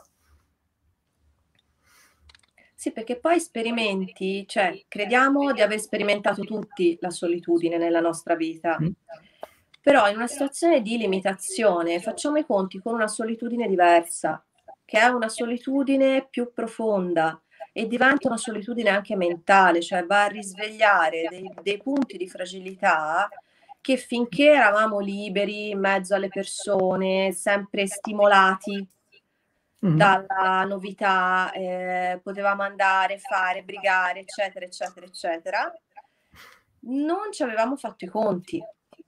Sì, perché poi sperimenti, cioè crediamo di aver sperimentato tutti la solitudine nella nostra vita, però in una situazione di limitazione facciamo i conti con una solitudine diversa, che è una solitudine più profonda e diventa una solitudine anche mentale, cioè va a risvegliare dei punti di fragilità che finché eravamo liberi in mezzo alle persone, sempre stimolati dalla novità, potevamo andare, fare, brigare, eccetera, eccetera, eccetera, non ci avevamo fatto i conti.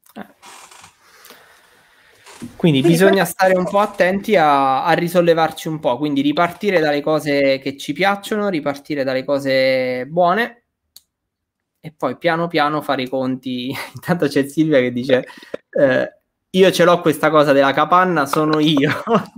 Quindi bisogna stare un po' attenti a risollevarci un po', quindi ripartire dalle cose che ci piacciono, ripartire dalle cose buone e poi piano piano fare i conti. Intanto c'è Silvia che dice io ce l'ho questa cosa della capanna, sono io.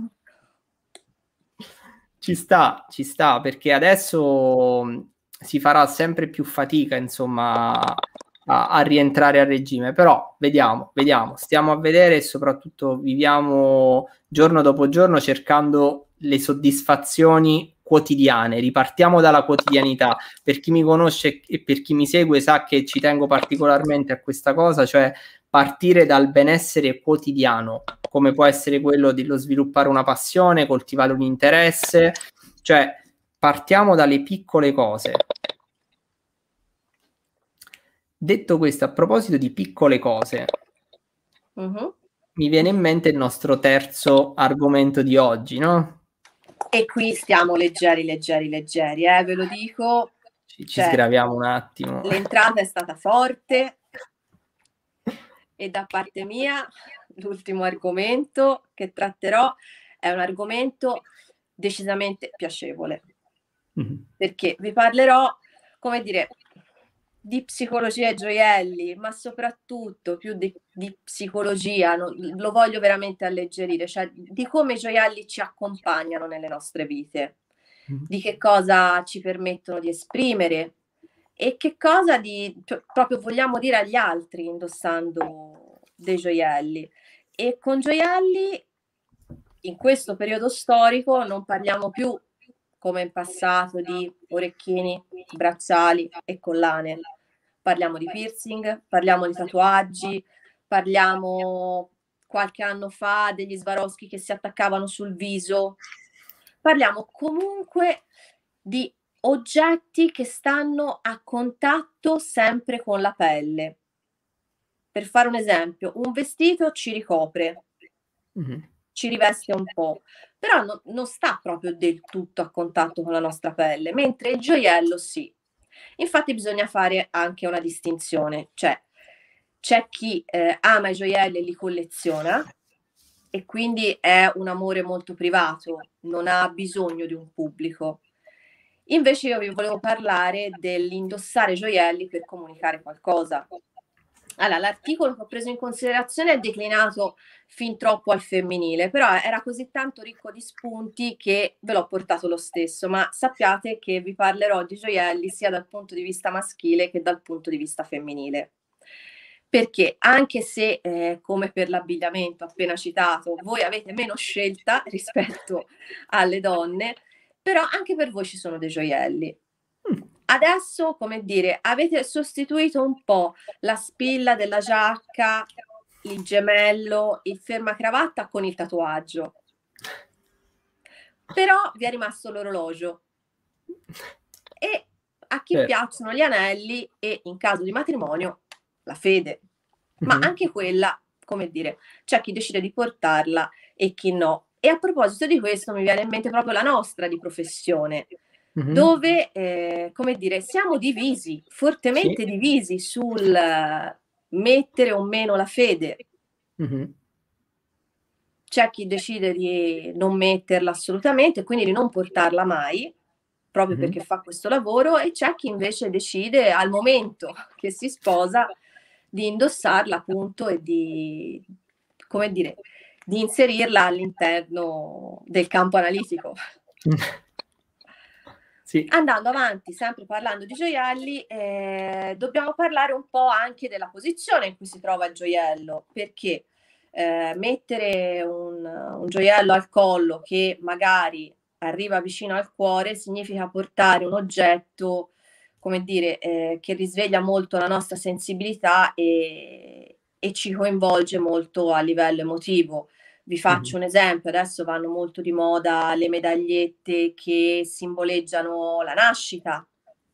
Ci sta, perché adesso si farà sempre più fatica, insomma, a rientrare a regime, però vediamo, stiamo a vedere e soprattutto viviamo giorno dopo giorno cercando le soddisfazioni quotidiane, ripartiamo dalla quotidianità. Per chi mi conosce e per chi mi segue sa che ci tengo particolarmente a questa cosa, cioè partire dal benessere quotidiano, come può essere quello dello sviluppare una passione, coltivare un interesse, cioè partiamo dalle piccole cose. Detto questo, a proposito di piccole cose, mi viene in mente il nostro terzo argomento di oggi, no? E qui stiamo leggeri, ve lo dico. Ci sgraviamo un attimo. L'entrata è stata forte e da parte mia l'ultimo argomento che tratterò è un argomento decisamente piacevole, perché vi parlerò, come dire, di psicologia e gioielli, ma soprattutto più di psicologia, lo voglio veramente alleggerire, cioè di come i gioielli ci accompagnano nelle nostre vite, di che cosa ci permettono di esprimere e che cosa proprio vogliamo dire agli altri indossando dei gioielli. E con gioielli, in questo periodo storico, non parliamo più come in passato di orecchini, bracciali e collane. Parliamo di piercing, parliamo di tatuaggi, parliamo qualche anno fa degli Swarovski che si attaccavano sul viso. Parliamo comunque di oggetti che stanno a contatto sempre con la pelle. Per fare un esempio, un vestito ci ricopre, ci riveste un po', però non sta proprio del tutto a contatto con la nostra pelle, mentre il gioiello sì. Infatti bisogna fare anche una distinzione, cioè c'è chi ama i gioielli e li colleziona e quindi è un amore molto privato, non ha bisogno di un pubblico. Invece io vi volevo parlare dell'indossare gioielli per comunicare qualcosa. Allora, l'articolo che ho preso in considerazione è declinato fin troppo al femminile, però era così tanto ricco di spunti che ve l'ho portato lo stesso, ma sappiate che vi parlerò di gioielli sia dal punto di vista maschile che dal punto di vista femminile. Perché anche se, come per l'abbigliamento appena citato, voi avete meno scelta rispetto alle donne, però anche per voi ci sono dei gioielli. Adesso, come dire, avete sostituito un po' la spilla della giacca, il gemello, il fermacravatta con il tatuaggio. Però vi è rimasto l'orologio. E a chi piacciono gli anelli e in caso di matrimonio la fede. Ma anche quella, come dire, c'è chi decide di portarla e chi no. E a proposito di questo mi viene in mente proprio la nostra di professione, dove, come dire, siamo divisi, fortemente divisi sul mettere o meno la fede. C'è chi decide di non metterla assolutamente, quindi di non portarla mai, proprio perché fa questo lavoro, e c'è chi invece decide al momento che si sposa di indossarla appunto e di, come dire, di inserirla all'interno del campo analitico. Sì. Andando avanti, sempre parlando di gioielli, dobbiamo parlare un po' anche della posizione in cui si trova il gioiello, perché mettere un gioiello al collo che magari arriva vicino al cuore significa portare un oggetto, come dire, che risveglia molto la nostra sensibilità e ci coinvolge molto a livello emotivo. Vi faccio un esempio, adesso vanno molto di moda le medagliette che simboleggiano la nascita,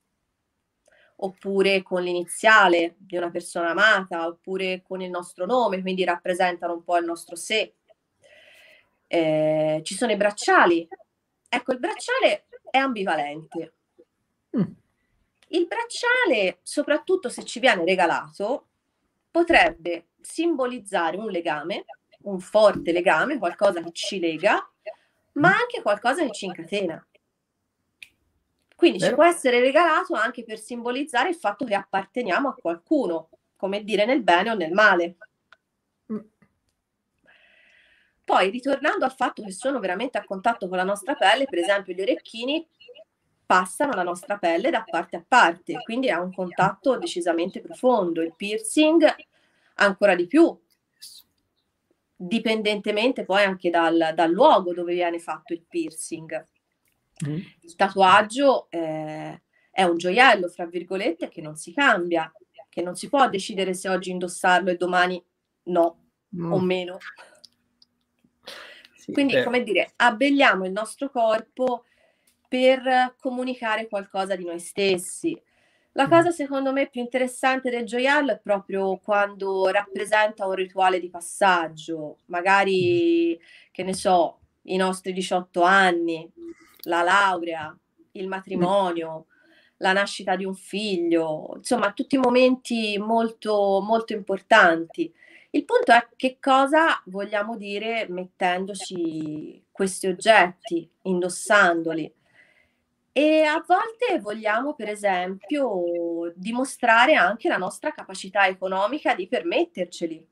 oppure con l'iniziale di una persona amata, oppure con il nostro nome, quindi rappresentano un po' il nostro sé. Ci sono i bracciali. Ecco, il bracciale è ambivalente. Il bracciale, soprattutto se ci viene regalato, potrebbe simbolizzare un legame, un forte legame, qualcosa che ci lega, ma anche qualcosa che ci incatena. Quindi ci può essere regalato anche per simbolizzare il fatto che apparteniamo a qualcuno, come dire nel bene o nel male. Poi, ritornando al fatto che sono veramente a contatto con la nostra pelle, per esempio gli orecchini, passano la nostra pelle da parte a parte, quindi è un contatto decisamente profondo. Il piercing ancora di più, dipendentemente poi anche dal luogo dove viene fatto il piercing. Il tatuaggio è un gioiello, fra virgolette, che non si cambia, che non si può decidere se oggi indossarlo e domani no, o meno. Sì, quindi, come dire, abbelliamo il nostro corpo per comunicare qualcosa di noi stessi. La cosa secondo me più interessante del gioiello è proprio quando rappresenta un rituale di passaggio, magari, che ne so, i nostri 18 anni, la laurea, il matrimonio, la nascita di un figlio, insomma, tutti momenti molto, molto importanti. Il punto è che cosa vogliamo dire mettendoci questi oggetti, indossandoli. E a volte vogliamo, per esempio, dimostrare anche la nostra capacità economica di permetterceli.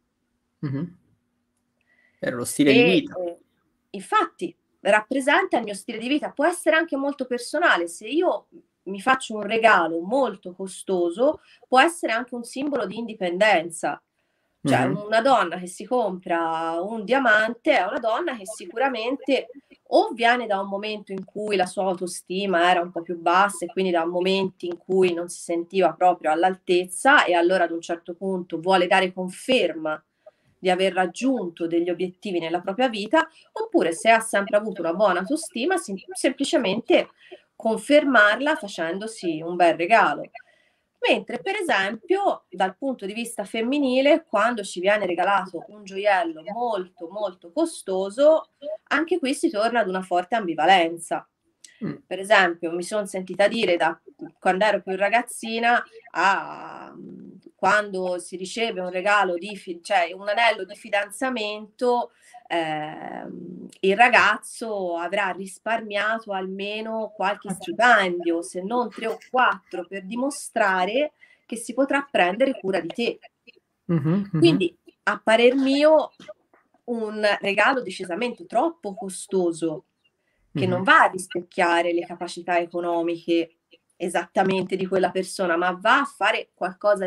Per lo stile di vita. Infatti, rappresenta il mio stile di vita, può essere anche molto personale. Se io mi faccio un regalo molto costoso, può essere anche un simbolo di indipendenza. Cioè, una donna che si compra un diamante è una donna che sicuramente o viene da un momento in cui la sua autostima era un po' più bassa e quindi da momenti in cui non si sentiva proprio all'altezza e allora ad un certo punto vuole dare conferma di aver raggiunto degli obiettivi nella propria vita, oppure se ha sempre avuto una buona autostima, semplicemente confermarla facendosi un bel regalo. Mentre, per esempio, dal punto di vista femminile, quando ci viene regalato un gioiello molto, molto costoso, anche qui si torna ad una forte ambivalenza. Per esempio, mi sono sentita dire da quando ero più ragazzina quando si riceve un regalo cioè un anello di fidanzamento, il ragazzo avrà risparmiato almeno qualche stipendio, se non 3 o 4, per dimostrare che si potrà prendere cura di te. Quindi, a parer mio, un regalo decisamente troppo costoso, che non va a rispecchiare le capacità economiche esattamente di quella persona, ma va a fare qualcosa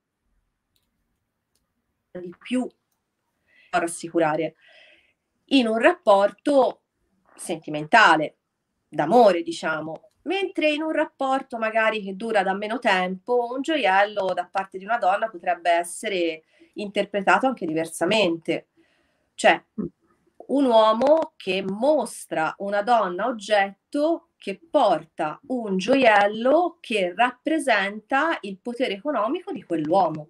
di più a rassicurare in un rapporto sentimentale, d'amore, diciamo. Mentre in un rapporto magari che dura da meno tempo, un gioiello da parte di una donna potrebbe essere interpretato anche diversamente. Cioè, un uomo che mostra una donna oggetto che porta un gioiello che rappresenta il potere economico di quell'uomo.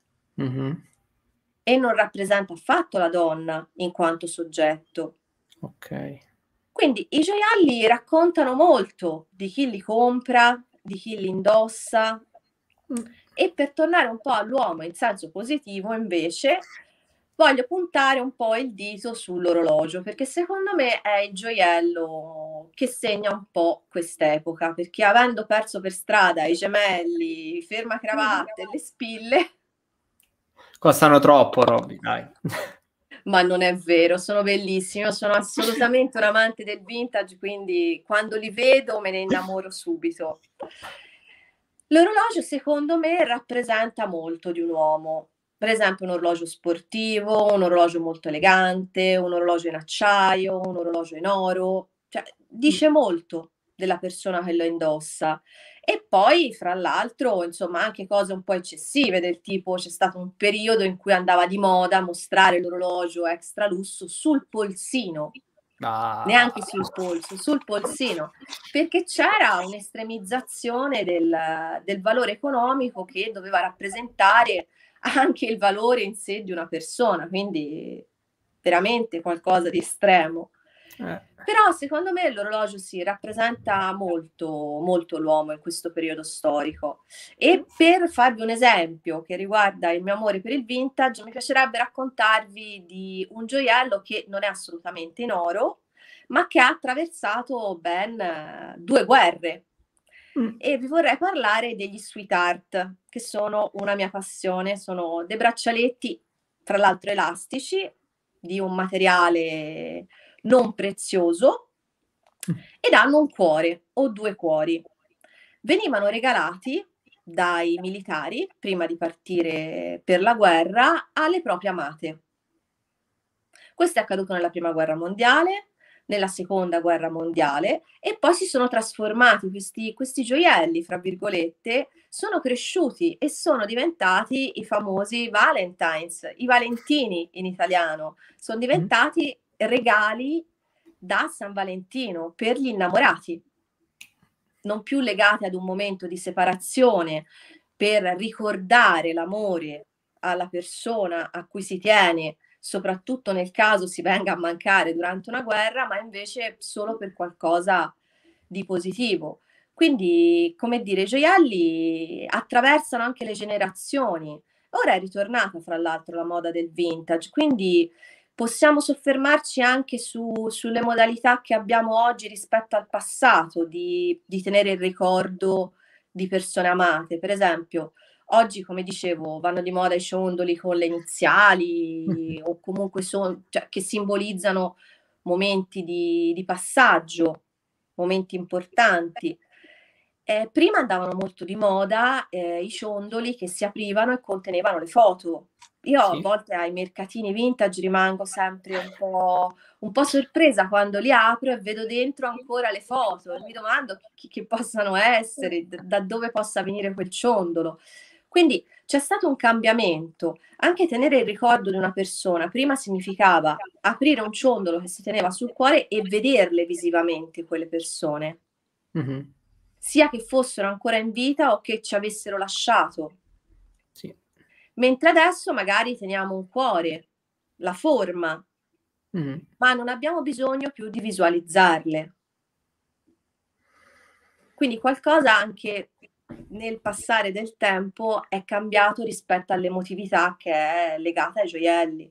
E non rappresenta affatto la donna in quanto soggetto. Ok. Quindi i gioielli raccontano molto di chi li compra, di chi li indossa. E per tornare un po' all'uomo in senso positivo, invece, voglio puntare un po' il dito sull'orologio, perché secondo me è il gioiello che segna un po' quest'epoca, perché avendo perso per strada i gemelli, i fermacravatte e le spille... Costano troppo, Robby, dai. Ma non è vero, sono bellissimi, io sono assolutamente un amante del vintage, quindi quando li vedo me ne innamoro subito. L'orologio secondo me rappresenta molto di un uomo, per esempio un orologio sportivo, un orologio molto elegante, un orologio in acciaio, un orologio in oro, cioè dice molto della persona che lo indossa. E poi, fra l'altro, insomma, anche cose un po' eccessive, del tipo c'è stato un periodo in cui andava di moda mostrare l'orologio extra lusso sul polsino, neanche sul polso, sul polsino, perché c'era un'estremizzazione del valore economico che doveva rappresentare anche il valore in sé di una persona, quindi veramente qualcosa di estremo. Però secondo me l'orologio si rappresenta molto, molto l'uomo in questo periodo storico. E per farvi un esempio che riguarda il mio amore per il vintage, mi piacerebbe raccontarvi di un gioiello che non è assolutamente in oro, ma che ha attraversato ben 2 guerre. E vi vorrei parlare degli sweetheart, che sono una mia passione, sono dei braccialetti, tra l'altro elastici, di un materiale non prezioso, ed hanno un cuore o 2 cuori. venivano regalati dai militari, prima di partire per la guerra, alle proprie amate. Questo è accaduto nella Prima Guerra Mondiale, nella Seconda Guerra Mondiale, e poi si sono trasformati questi gioielli, fra virgolette, sono cresciuti e sono diventati i famosi Valentines, i Valentini in italiano, sono diventati regali da San Valentino per gli innamorati, non più legati ad un momento di separazione, per ricordare l'amore alla persona a cui si tiene, soprattutto nel caso si venga a mancare durante una guerra, ma invece solo per qualcosa di positivo. Quindi, come dire, i gioielli attraversano anche le generazioni. Ora è ritornata, fra l'altro, la moda del vintage, quindi possiamo soffermarci anche sulle modalità che abbiamo oggi rispetto al passato, di tenere il ricordo di persone amate. Per esempio, oggi, come dicevo, vanno di moda i ciondoli con le iniziali o comunque cioè, che simbolizzano momenti di passaggio, momenti importanti. Prima andavano molto di moda i ciondoli che si aprivano e contenevano le foto. Io a volte ai mercatini vintage rimango sempre un po' sorpresa quando li apro e vedo dentro ancora le foto e mi domando che possano essere, da dove possa venire quel ciondolo. Quindi c'è stato un cambiamento. Anche tenere il ricordo di una persona prima significava aprire un ciondolo che si teneva sul cuore e vederle visivamente quelle persone, sia che fossero ancora in vita o che ci avessero lasciato. Sì. Mentre adesso magari teniamo un cuore, la forma, ma non abbiamo bisogno più di visualizzarle. Quindi qualcosa anche nel passare del tempo è cambiato rispetto all'emotività che è legata ai gioielli.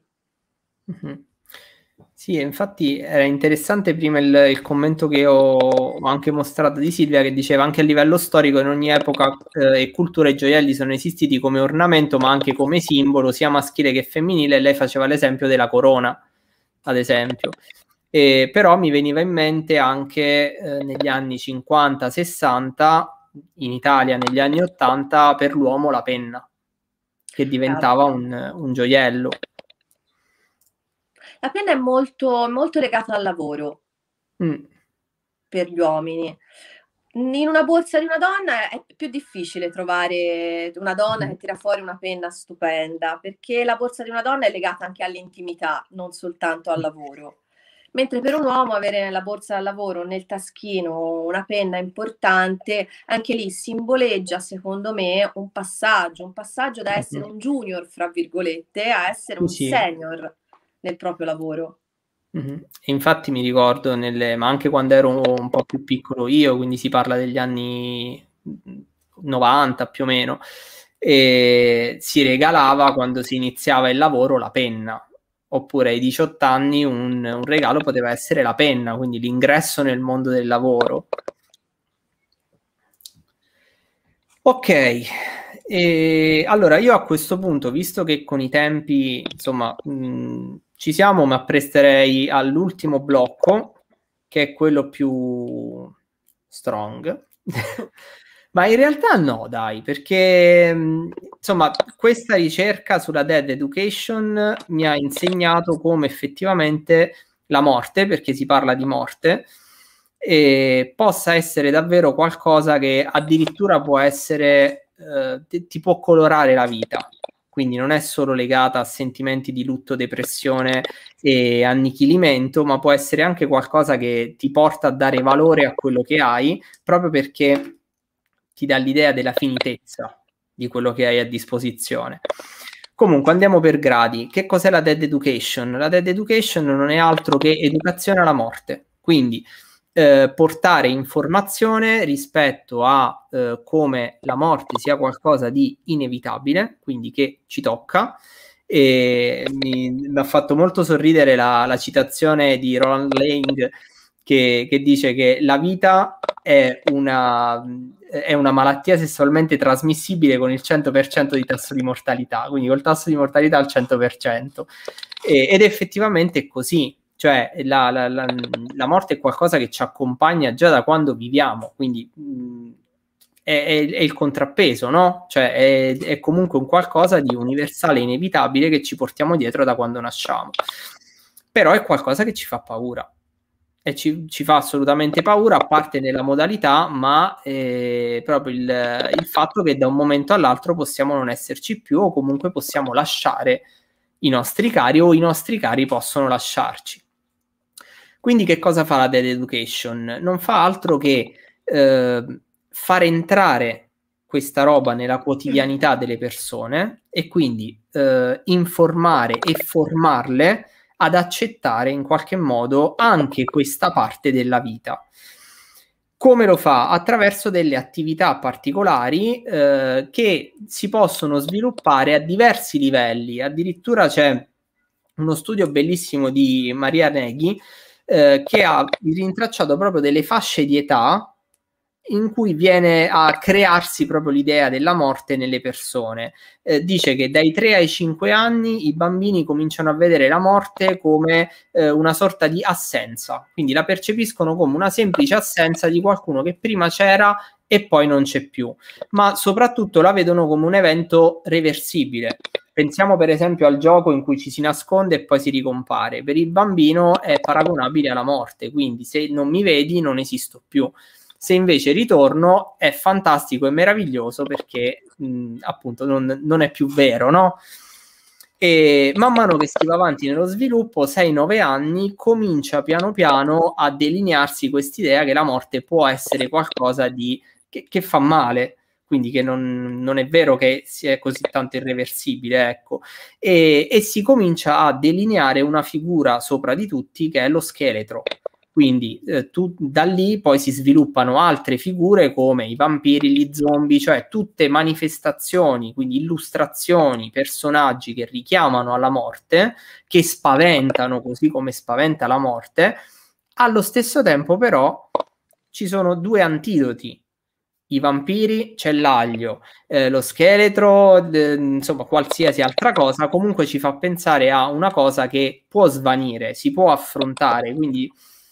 Sì, infatti era interessante prima il commento che ho anche mostrato di Silvia, che diceva anche a livello storico in ogni epoca e cultura i gioielli sono esistiti come ornamento ma anche come simbolo sia maschile che femminile. Lei faceva l'esempio della corona, ad esempio. Però mi veniva in mente anche negli anni 50-60 in Italia, negli anni 80 per l'uomo la penna, che diventava un gioiello. La penna è molto, molto legata al lavoro per gli uomini. In una borsa di una donna è più difficile trovare una donna che tira fuori una penna stupenda, perché la borsa di una donna è legata anche all'intimità, non soltanto al lavoro. Mentre per un uomo avere nella borsa da lavoro, nel taschino, una penna importante, anche lì simboleggia, secondo me, un passaggio da essere un junior, fra virgolette, a essere un senior nel proprio lavoro. E infatti mi ricordo, ma anche quando ero un po' più piccolo io, quindi si parla degli anni 90 più o meno, e si regalava quando si iniziava il lavoro la penna, oppure ai 18 anni un regalo poteva essere la penna, quindi l'ingresso nel mondo del lavoro. Ok, allora io a questo punto, visto che con i tempi, insomma, ci siamo, mi appresterei all'ultimo blocco, che è quello più strong. Ma in realtà no, dai, perché insomma questa ricerca sulla Dead Education mi ha insegnato come effettivamente la morte, perché si parla di morte, possa essere davvero qualcosa che addirittura può essere, ti può colorare la vita. Quindi non è solo legata a sentimenti di lutto, depressione e annichilimento, ma può essere anche qualcosa che ti porta a dare valore a quello che hai, proprio perché ti dà l'idea della finitezza di quello che hai a disposizione. Comunque andiamo per gradi. Che cos'è la Dead Education? La Dead Education non è altro che educazione alla morte, quindi portare informazione rispetto a come la morte sia qualcosa di inevitabile, quindi che ci tocca. E mi ha fatto molto sorridere la citazione di Roland Lang che dice che la vita è una malattia sessualmente trasmissibile con il 100% di tasso di mortalità, quindi col tasso di mortalità al 100%. Ed effettivamente è così. Cioè la morte è qualcosa che ci accompagna già da quando viviamo, quindi è il contrappeso, no? Cioè è comunque un qualcosa di universale, inevitabile, che ci portiamo dietro da quando nasciamo. Però è qualcosa che ci fa paura. E ci fa assolutamente paura, a parte nella modalità, ma proprio il fatto che da un momento all'altro possiamo non esserci più, o comunque possiamo lasciare i nostri cari, o i nostri cari possono lasciarci. Quindi che cosa fa la Dead Education? Non fa altro che far entrare questa roba nella quotidianità delle persone, e quindi informare e formarle ad accettare in qualche modo anche questa parte della vita. Come lo fa? Attraverso delle attività particolari che si possono sviluppare a diversi livelli. Addirittura c'è uno studio bellissimo di Maria Neghi che ha rintracciato proprio delle fasce di età in cui viene a crearsi proprio l'idea della morte nelle persone. Dice che dai 3 ai 5 anni i bambini cominciano a vedere la morte come una sorta di assenza, quindi la percepiscono come una semplice assenza di qualcuno che prima c'era e poi non c'è più, ma soprattutto la vedono come un evento reversibile. Pensiamo per esempio al gioco in cui ci si nasconde e poi si ricompare. Per il bambino è paragonabile alla morte, quindi se non mi vedi non esisto più. Se invece ritorno è fantastico e meraviglioso perché appunto non è più vero, no? E man mano che si va avanti nello sviluppo, 6-9 anni, comincia piano piano a delinearsi quest'idea che la morte può essere qualcosa di che fa male, quindi che non è vero che sia così tanto irreversibile, ecco. E si comincia a delineare una figura sopra di tutti che è lo scheletro. Quindi da lì poi si sviluppano altre figure come i vampiri, gli zombie, cioè tutte manifestazioni, quindi illustrazioni, personaggi che richiamano alla morte, che spaventano così come spaventa la morte. Allo stesso tempo però ci sono due antidoti. I vampiri, c'è l'aglio, lo scheletro, insomma qualsiasi altra cosa, comunque ci fa pensare a una cosa che può svanire, si può affrontare, quindi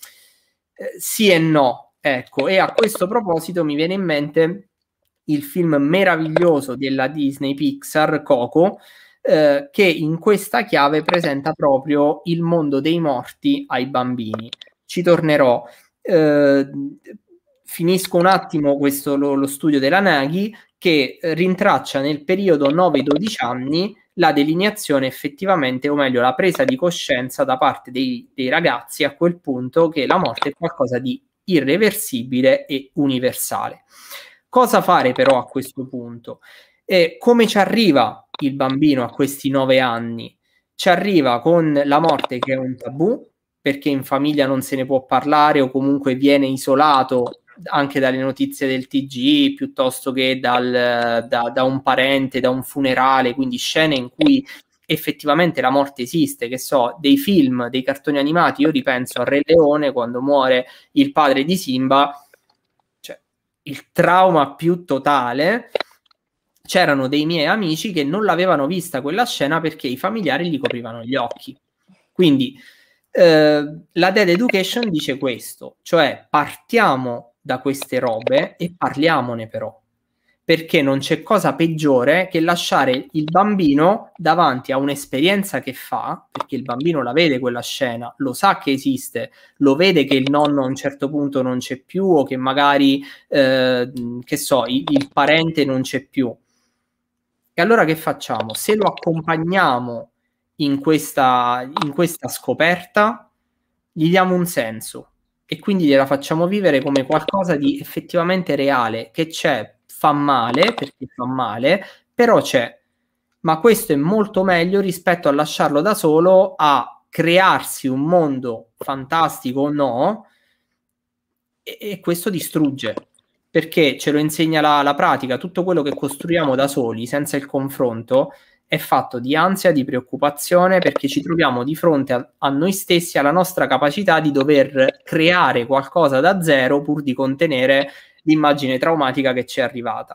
sì e no, ecco. E a questo proposito mi viene in mente il film meraviglioso della Disney Pixar, Coco, che in questa chiave presenta proprio il mondo dei morti ai bambini. Ci tornerò. Finisco un attimo lo studio della Naghi, che rintraccia nel periodo 9-12 anni la delineazione effettivamente, o meglio la presa di coscienza da parte dei ragazzi a quel punto che la morte è qualcosa di irreversibile e universale. Cosa fare però a questo punto? Come ci arriva il bambino a questi 9 anni? Ci arriva con la morte che è un tabù, perché in famiglia non se ne può parlare o comunque viene isolato anche dalle notizie del TG, piuttosto che da un parente, da un funerale, quindi scene in cui effettivamente la morte esiste, che so, dei film, dei cartoni animati. Io ripenso a Re Leone, quando muore il padre di Simba, cioè il trauma più totale. C'erano dei miei amici che non l'avevano vista quella scena perché i familiari gli coprivano gli occhi. Quindi la Dead Education dice questo, cioè partiamo da queste robe e parliamone però, perché non c'è cosa peggiore che lasciare il bambino davanti a un'esperienza che fa, perché il bambino la vede quella scena, lo sa che esiste, lo vede che il nonno a un certo punto non c'è più, o che magari che so, il parente non c'è più. E allora che facciamo? Se lo accompagniamo in questa scoperta, gli diamo un senso e quindi gliela facciamo vivere come qualcosa di effettivamente reale, che c'è, fa male, perché fa male, però c'è. Ma questo è molto meglio rispetto a lasciarlo da solo a crearsi un mondo fantastico o no, e questo distrugge, perché ce lo insegna la pratica. Tutto quello che costruiamo da soli, senza il confronto, è fatto di ansia, di preoccupazione, perché ci troviamo di fronte a noi stessi, alla nostra capacità di dover creare qualcosa da zero pur di contenere l'immagine traumatica che ci è arrivata.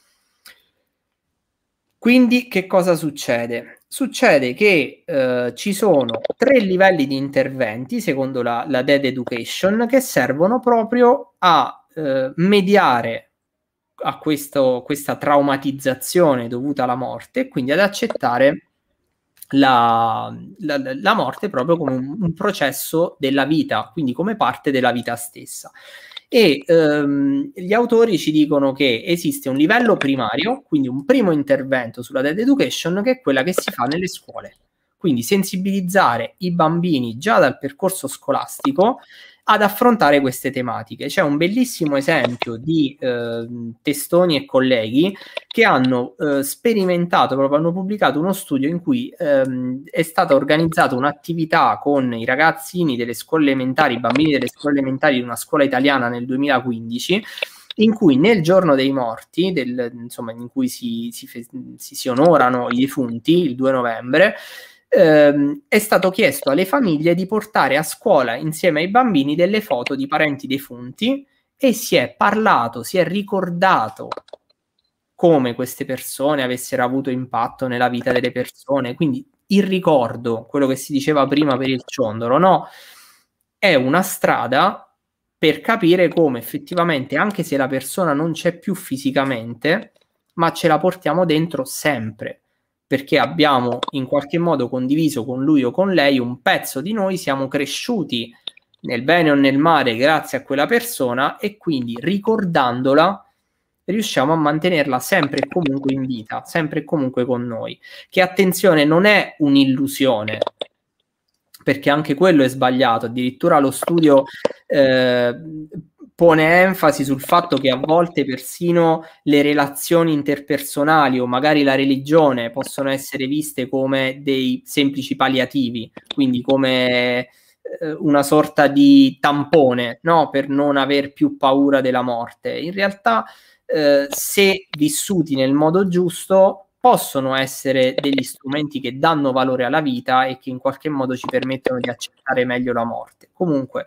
Quindi che cosa succede? Succede che ci sono 3 livelli di interventi, secondo la Dead Education, che servono proprio a mediare a questa traumatizzazione dovuta alla morte, e quindi ad accettare la morte proprio come un processo della vita, quindi come parte della vita stessa. E gli autori ci dicono che esiste un livello primario, quindi un primo intervento sulla death education, che è quella che si fa nelle scuole. Quindi sensibilizzare i bambini già dal percorso scolastico ad affrontare queste tematiche. C'è un bellissimo esempio di Testoni e colleghi che hanno sperimentato, proprio hanno pubblicato uno studio in cui è stata organizzata un'attività con i ragazzini delle scuole elementari, i bambini delle scuole elementari di una scuola italiana nel 2015, in cui nel giorno dei morti, insomma, in cui si onorano i defunti, il 2 novembre, è stato chiesto alle famiglie di portare a scuola insieme ai bambini delle foto di parenti defunti, e si è parlato, si è ricordato come queste persone avessero avuto impatto nella vita delle persone. Quindi il ricordo, quello che si diceva prima per il ciondolo, no? È una strada per capire come effettivamente, anche se la persona non c'è più fisicamente, ma ce la portiamo dentro sempre, perché abbiamo in qualche modo condiviso con lui o con lei un pezzo di noi, siamo cresciuti nel bene o nel male grazie a quella persona, e quindi ricordandola riusciamo a mantenerla sempre e comunque in vita, sempre e comunque con noi. Che, attenzione, non è un'illusione, perché anche quello è sbagliato. Addirittura lo studio pone enfasi sul fatto che a volte persino le relazioni interpersonali o magari la religione possono essere viste come dei semplici palliativi, quindi come una sorta di tampone, no? Per non aver più paura della morte. In realtà, se vissuti nel modo giusto, possono essere degli strumenti che danno valore alla vita e che in qualche modo ci permettono di accettare meglio la morte. Comunque,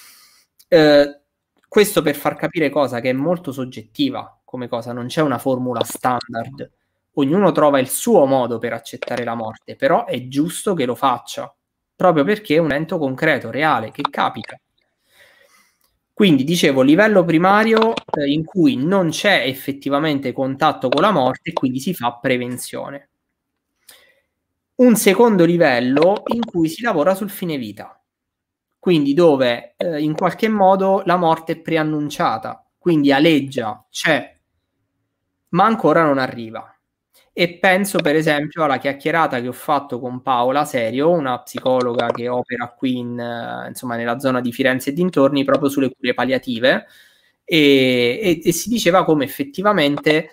questo per far capire cosa che è molto soggettiva come cosa, non c'è una formula standard, ognuno trova il suo modo per accettare la morte, però è giusto che lo faccia, proprio perché è un evento concreto, reale, che capita. Quindi, dicevo, livello primario in cui non c'è effettivamente contatto con la morte e quindi si fa prevenzione. Un secondo livello in cui si lavora sul fine vita, quindi dove in qualche modo la morte è preannunciata, quindi aleggia, c'è, ma ancora non arriva. E penso per esempio alla chiacchierata che ho fatto con Paola Serio, una psicologa che opera qui insomma, nella zona di Firenze e dintorni, proprio sulle cure palliative, e si diceva come effettivamente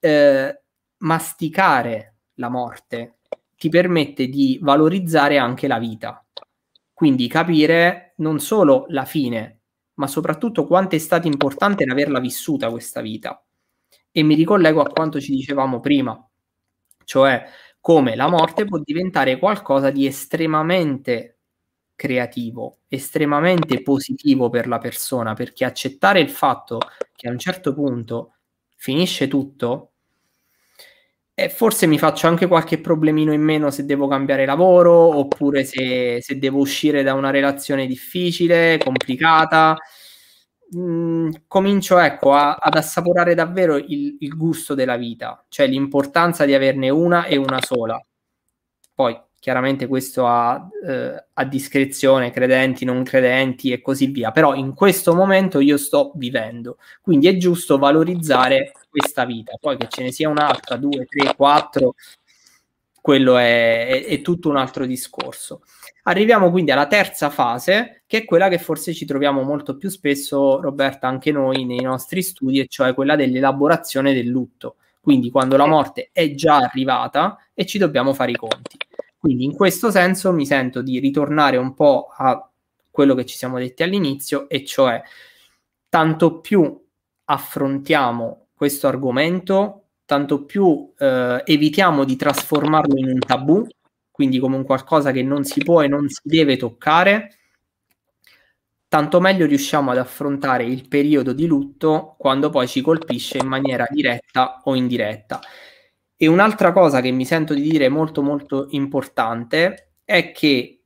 masticare la morte ti permette di valorizzare anche la vita, quindi capire non solo la fine, ma soprattutto quanto è stato importante averla vissuta questa vita. E mi ricollego a quanto ci dicevamo prima, cioè come la morte può diventare qualcosa di estremamente creativo, estremamente positivo per la persona, perché accettare il fatto che a un certo punto finisce tutto, e forse mi faccio anche qualche problemino in meno se devo cambiare lavoro, oppure se devo uscire da una relazione difficile, complicata. Comincio, ecco, ad assaporare davvero il gusto della vita, cioè l'importanza di averne una e una sola. Poi chiaramente questo a discrezione, credenti, non credenti e così via, però in questo momento io sto vivendo, quindi è giusto valorizzare questa vita. Poi che ce ne sia un'altra, 2, 3, 4, quello è tutto un altro discorso. Arriviamo quindi alla terza fase, che è quella che forse ci troviamo molto più spesso, Roberta, anche noi nei nostri studi, e cioè quella dell'elaborazione del lutto. Quindi quando la morte è già arrivata e ci dobbiamo fare i conti. Quindi in questo senso mi sento di ritornare un po' a quello che ci siamo detti all'inizio, e cioè tanto più affrontiamo questo argomento, tanto più evitiamo di trasformarlo in un tabù, quindi come un qualcosa che non si può e non si deve toccare, tanto meglio riusciamo ad affrontare il periodo di lutto quando poi ci colpisce in maniera diretta o indiretta. E un'altra cosa che mi sento di dire molto molto importante è che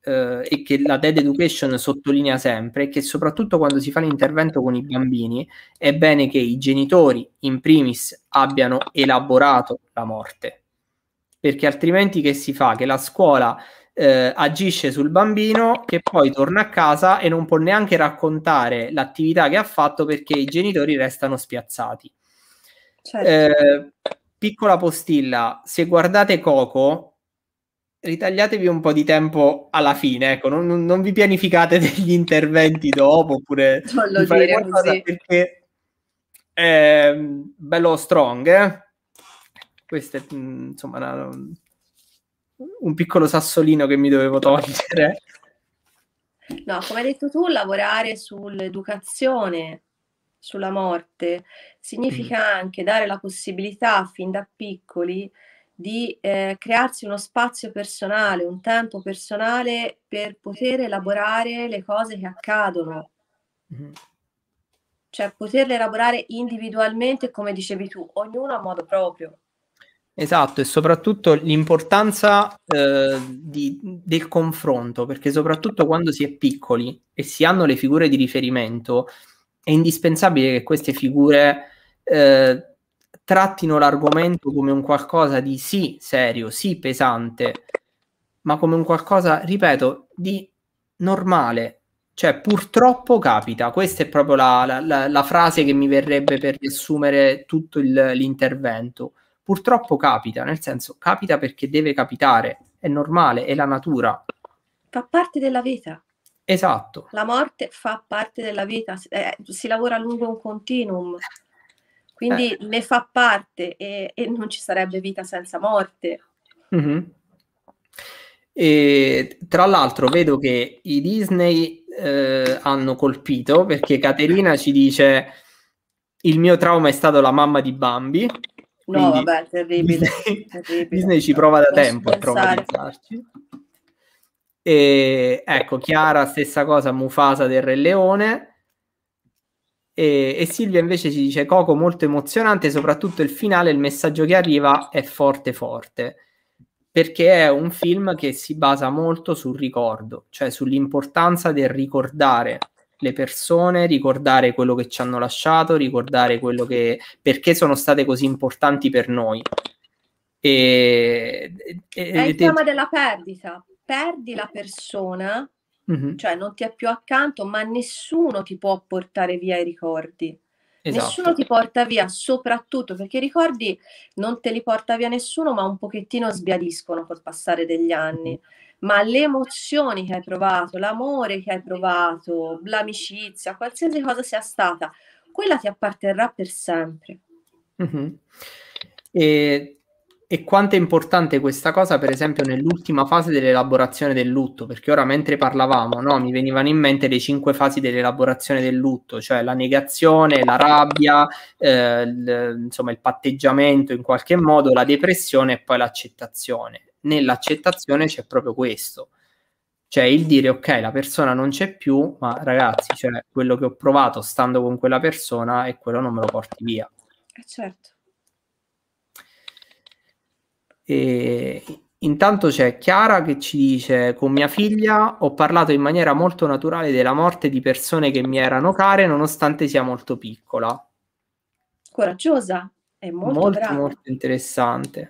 e che la Dead Education sottolinea sempre, è che soprattutto quando si fa l'intervento con i bambini è bene che i genitori in primis abbiano elaborato la morte, perché altrimenti che si fa? Che la scuola agisce sul bambino che poi torna a casa e non può neanche raccontare l'attività che ha fatto perché i genitori restano spiazzati. Certo. Piccola postilla, se guardate Coco, ritagliatevi un po' di tempo alla fine, ecco, non vi pianificate degli interventi dopo oppure Non lo di fare dire qualcosa così. perché è bello strong, eh? Questo è insomma un piccolo sassolino che mi dovevo togliere. No, come hai detto tu, lavorare sull'educazione, sulla morte, significa anche dare la possibilità fin da piccoli di crearsi uno spazio personale, un tempo personale per poter elaborare le cose che accadono. Cioè poterle elaborare individualmente, come dicevi tu, ognuno a modo proprio. Esatto, e soprattutto l'importanza del confronto, perché soprattutto quando si è piccoli e si hanno le figure di riferimento, è indispensabile che queste figure trattino l'argomento come un qualcosa di sì serio, sì pesante, ma come un qualcosa, ripeto, di normale. Cioè, purtroppo capita, questa è proprio la frase che mi verrebbe per riassumere tutto l'intervento. Purtroppo capita, nel senso, capita perché deve capitare, è normale, è la natura. Fa parte della vita. Esatto. La morte fa parte della vita, si lavora lungo un continuum, quindi ne fa parte e non ci sarebbe vita senza morte. Mm-hmm. E tra l'altro vedo che i Disney hanno colpito, perché Caterina ci dice il mio trauma è stato la mamma di Bambi. No, Quindi vabbè, terribile, terribile. Disney ci prova da Posso tempo a pensare. traumatizzarci. E ecco, Chiara stessa cosa, Mufasa del Re Leone. E Silvia invece ci dice Coco molto emozionante, soprattutto il finale, il messaggio che arriva è forte forte, perché è un film che si basa molto sul ricordo, cioè sull'importanza del ricordare le persone, ricordare quello che ci hanno lasciato, ricordare quello che perché sono state così importanti per noi. È il tema della perdita. Perdi la persona, cioè non ti è più accanto, ma nessuno ti può portare via i ricordi. Esatto. Nessuno ti porta via, soprattutto perché i ricordi non te li porta via nessuno, ma un pochettino sbiadiscono col passare degli anni. Ma le emozioni che hai provato, l'amore che hai provato, l'amicizia, qualsiasi cosa sia stata, quella ti apparterrà per sempre. E quanto è importante questa cosa, per esempio, nell'ultima fase dell'elaborazione del lutto, perché ora mentre parlavamo, no, mi venivano in mente le 5 fasi dell'elaborazione del lutto, cioè la negazione, la rabbia, insomma il patteggiamento in qualche modo, la depressione e poi l'accettazione. Nell'accettazione c'è proprio questo, cioè il dire ok, la persona non c'è più, ma ragazzi, cioè, quello che ho provato stando con quella persona e quello non me lo porti via. Certo. E intanto c'è Chiara che ci dice con mia figlia ho parlato in maniera molto naturale della morte di persone che mi erano care nonostante sia molto piccola. Coraggiosa e molto brava. Molto interessante.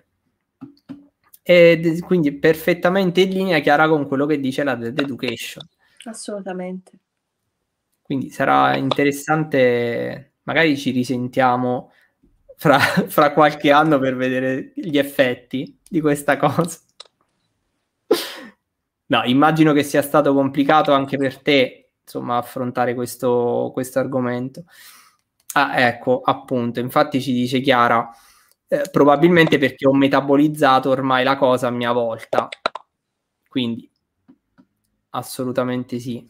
E quindi perfettamente in linea, Chiara, con quello che dice la Dead Education. Assolutamente. Quindi sarà interessante, magari ci risentiamo fra qualche anno per vedere gli effetti di questa cosa. No, immagino che sia stato complicato anche per te, insomma, affrontare questo argomento. Ah, ecco, appunto, infatti ci dice Chiara, probabilmente perché ho metabolizzato ormai la cosa a mia volta. Quindi, assolutamente sì.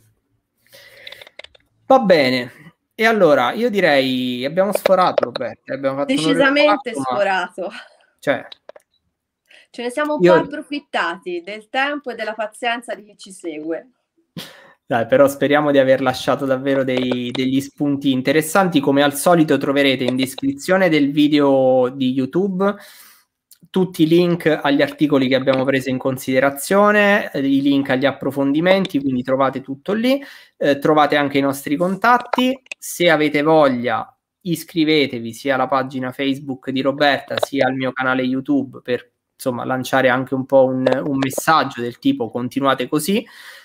Va bene. E allora, io direi, abbiamo sforato, Roberto. Abbiamo fatto decisamente sforato. Cioè, ce ne siamo un po' approfittati del tempo e della pazienza di chi ci segue. Dai, però speriamo di aver lasciato davvero degli spunti interessanti. Come al solito troverete in descrizione del video di YouTube tutti i link agli articoli che abbiamo preso in considerazione, i link agli approfondimenti, quindi trovate tutto lì, trovate anche i nostri contatti. Se avete voglia, iscrivetevi sia alla pagina Facebook di Roberta sia al mio canale YouTube per insomma lanciare anche un po' un messaggio del tipo continuate così,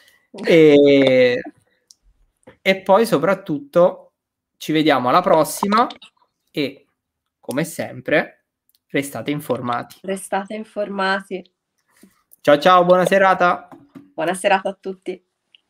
e poi soprattutto ci vediamo alla prossima e come sempre restate informati. Restate informati. Ciao ciao, buona serata. Buona serata a tutti.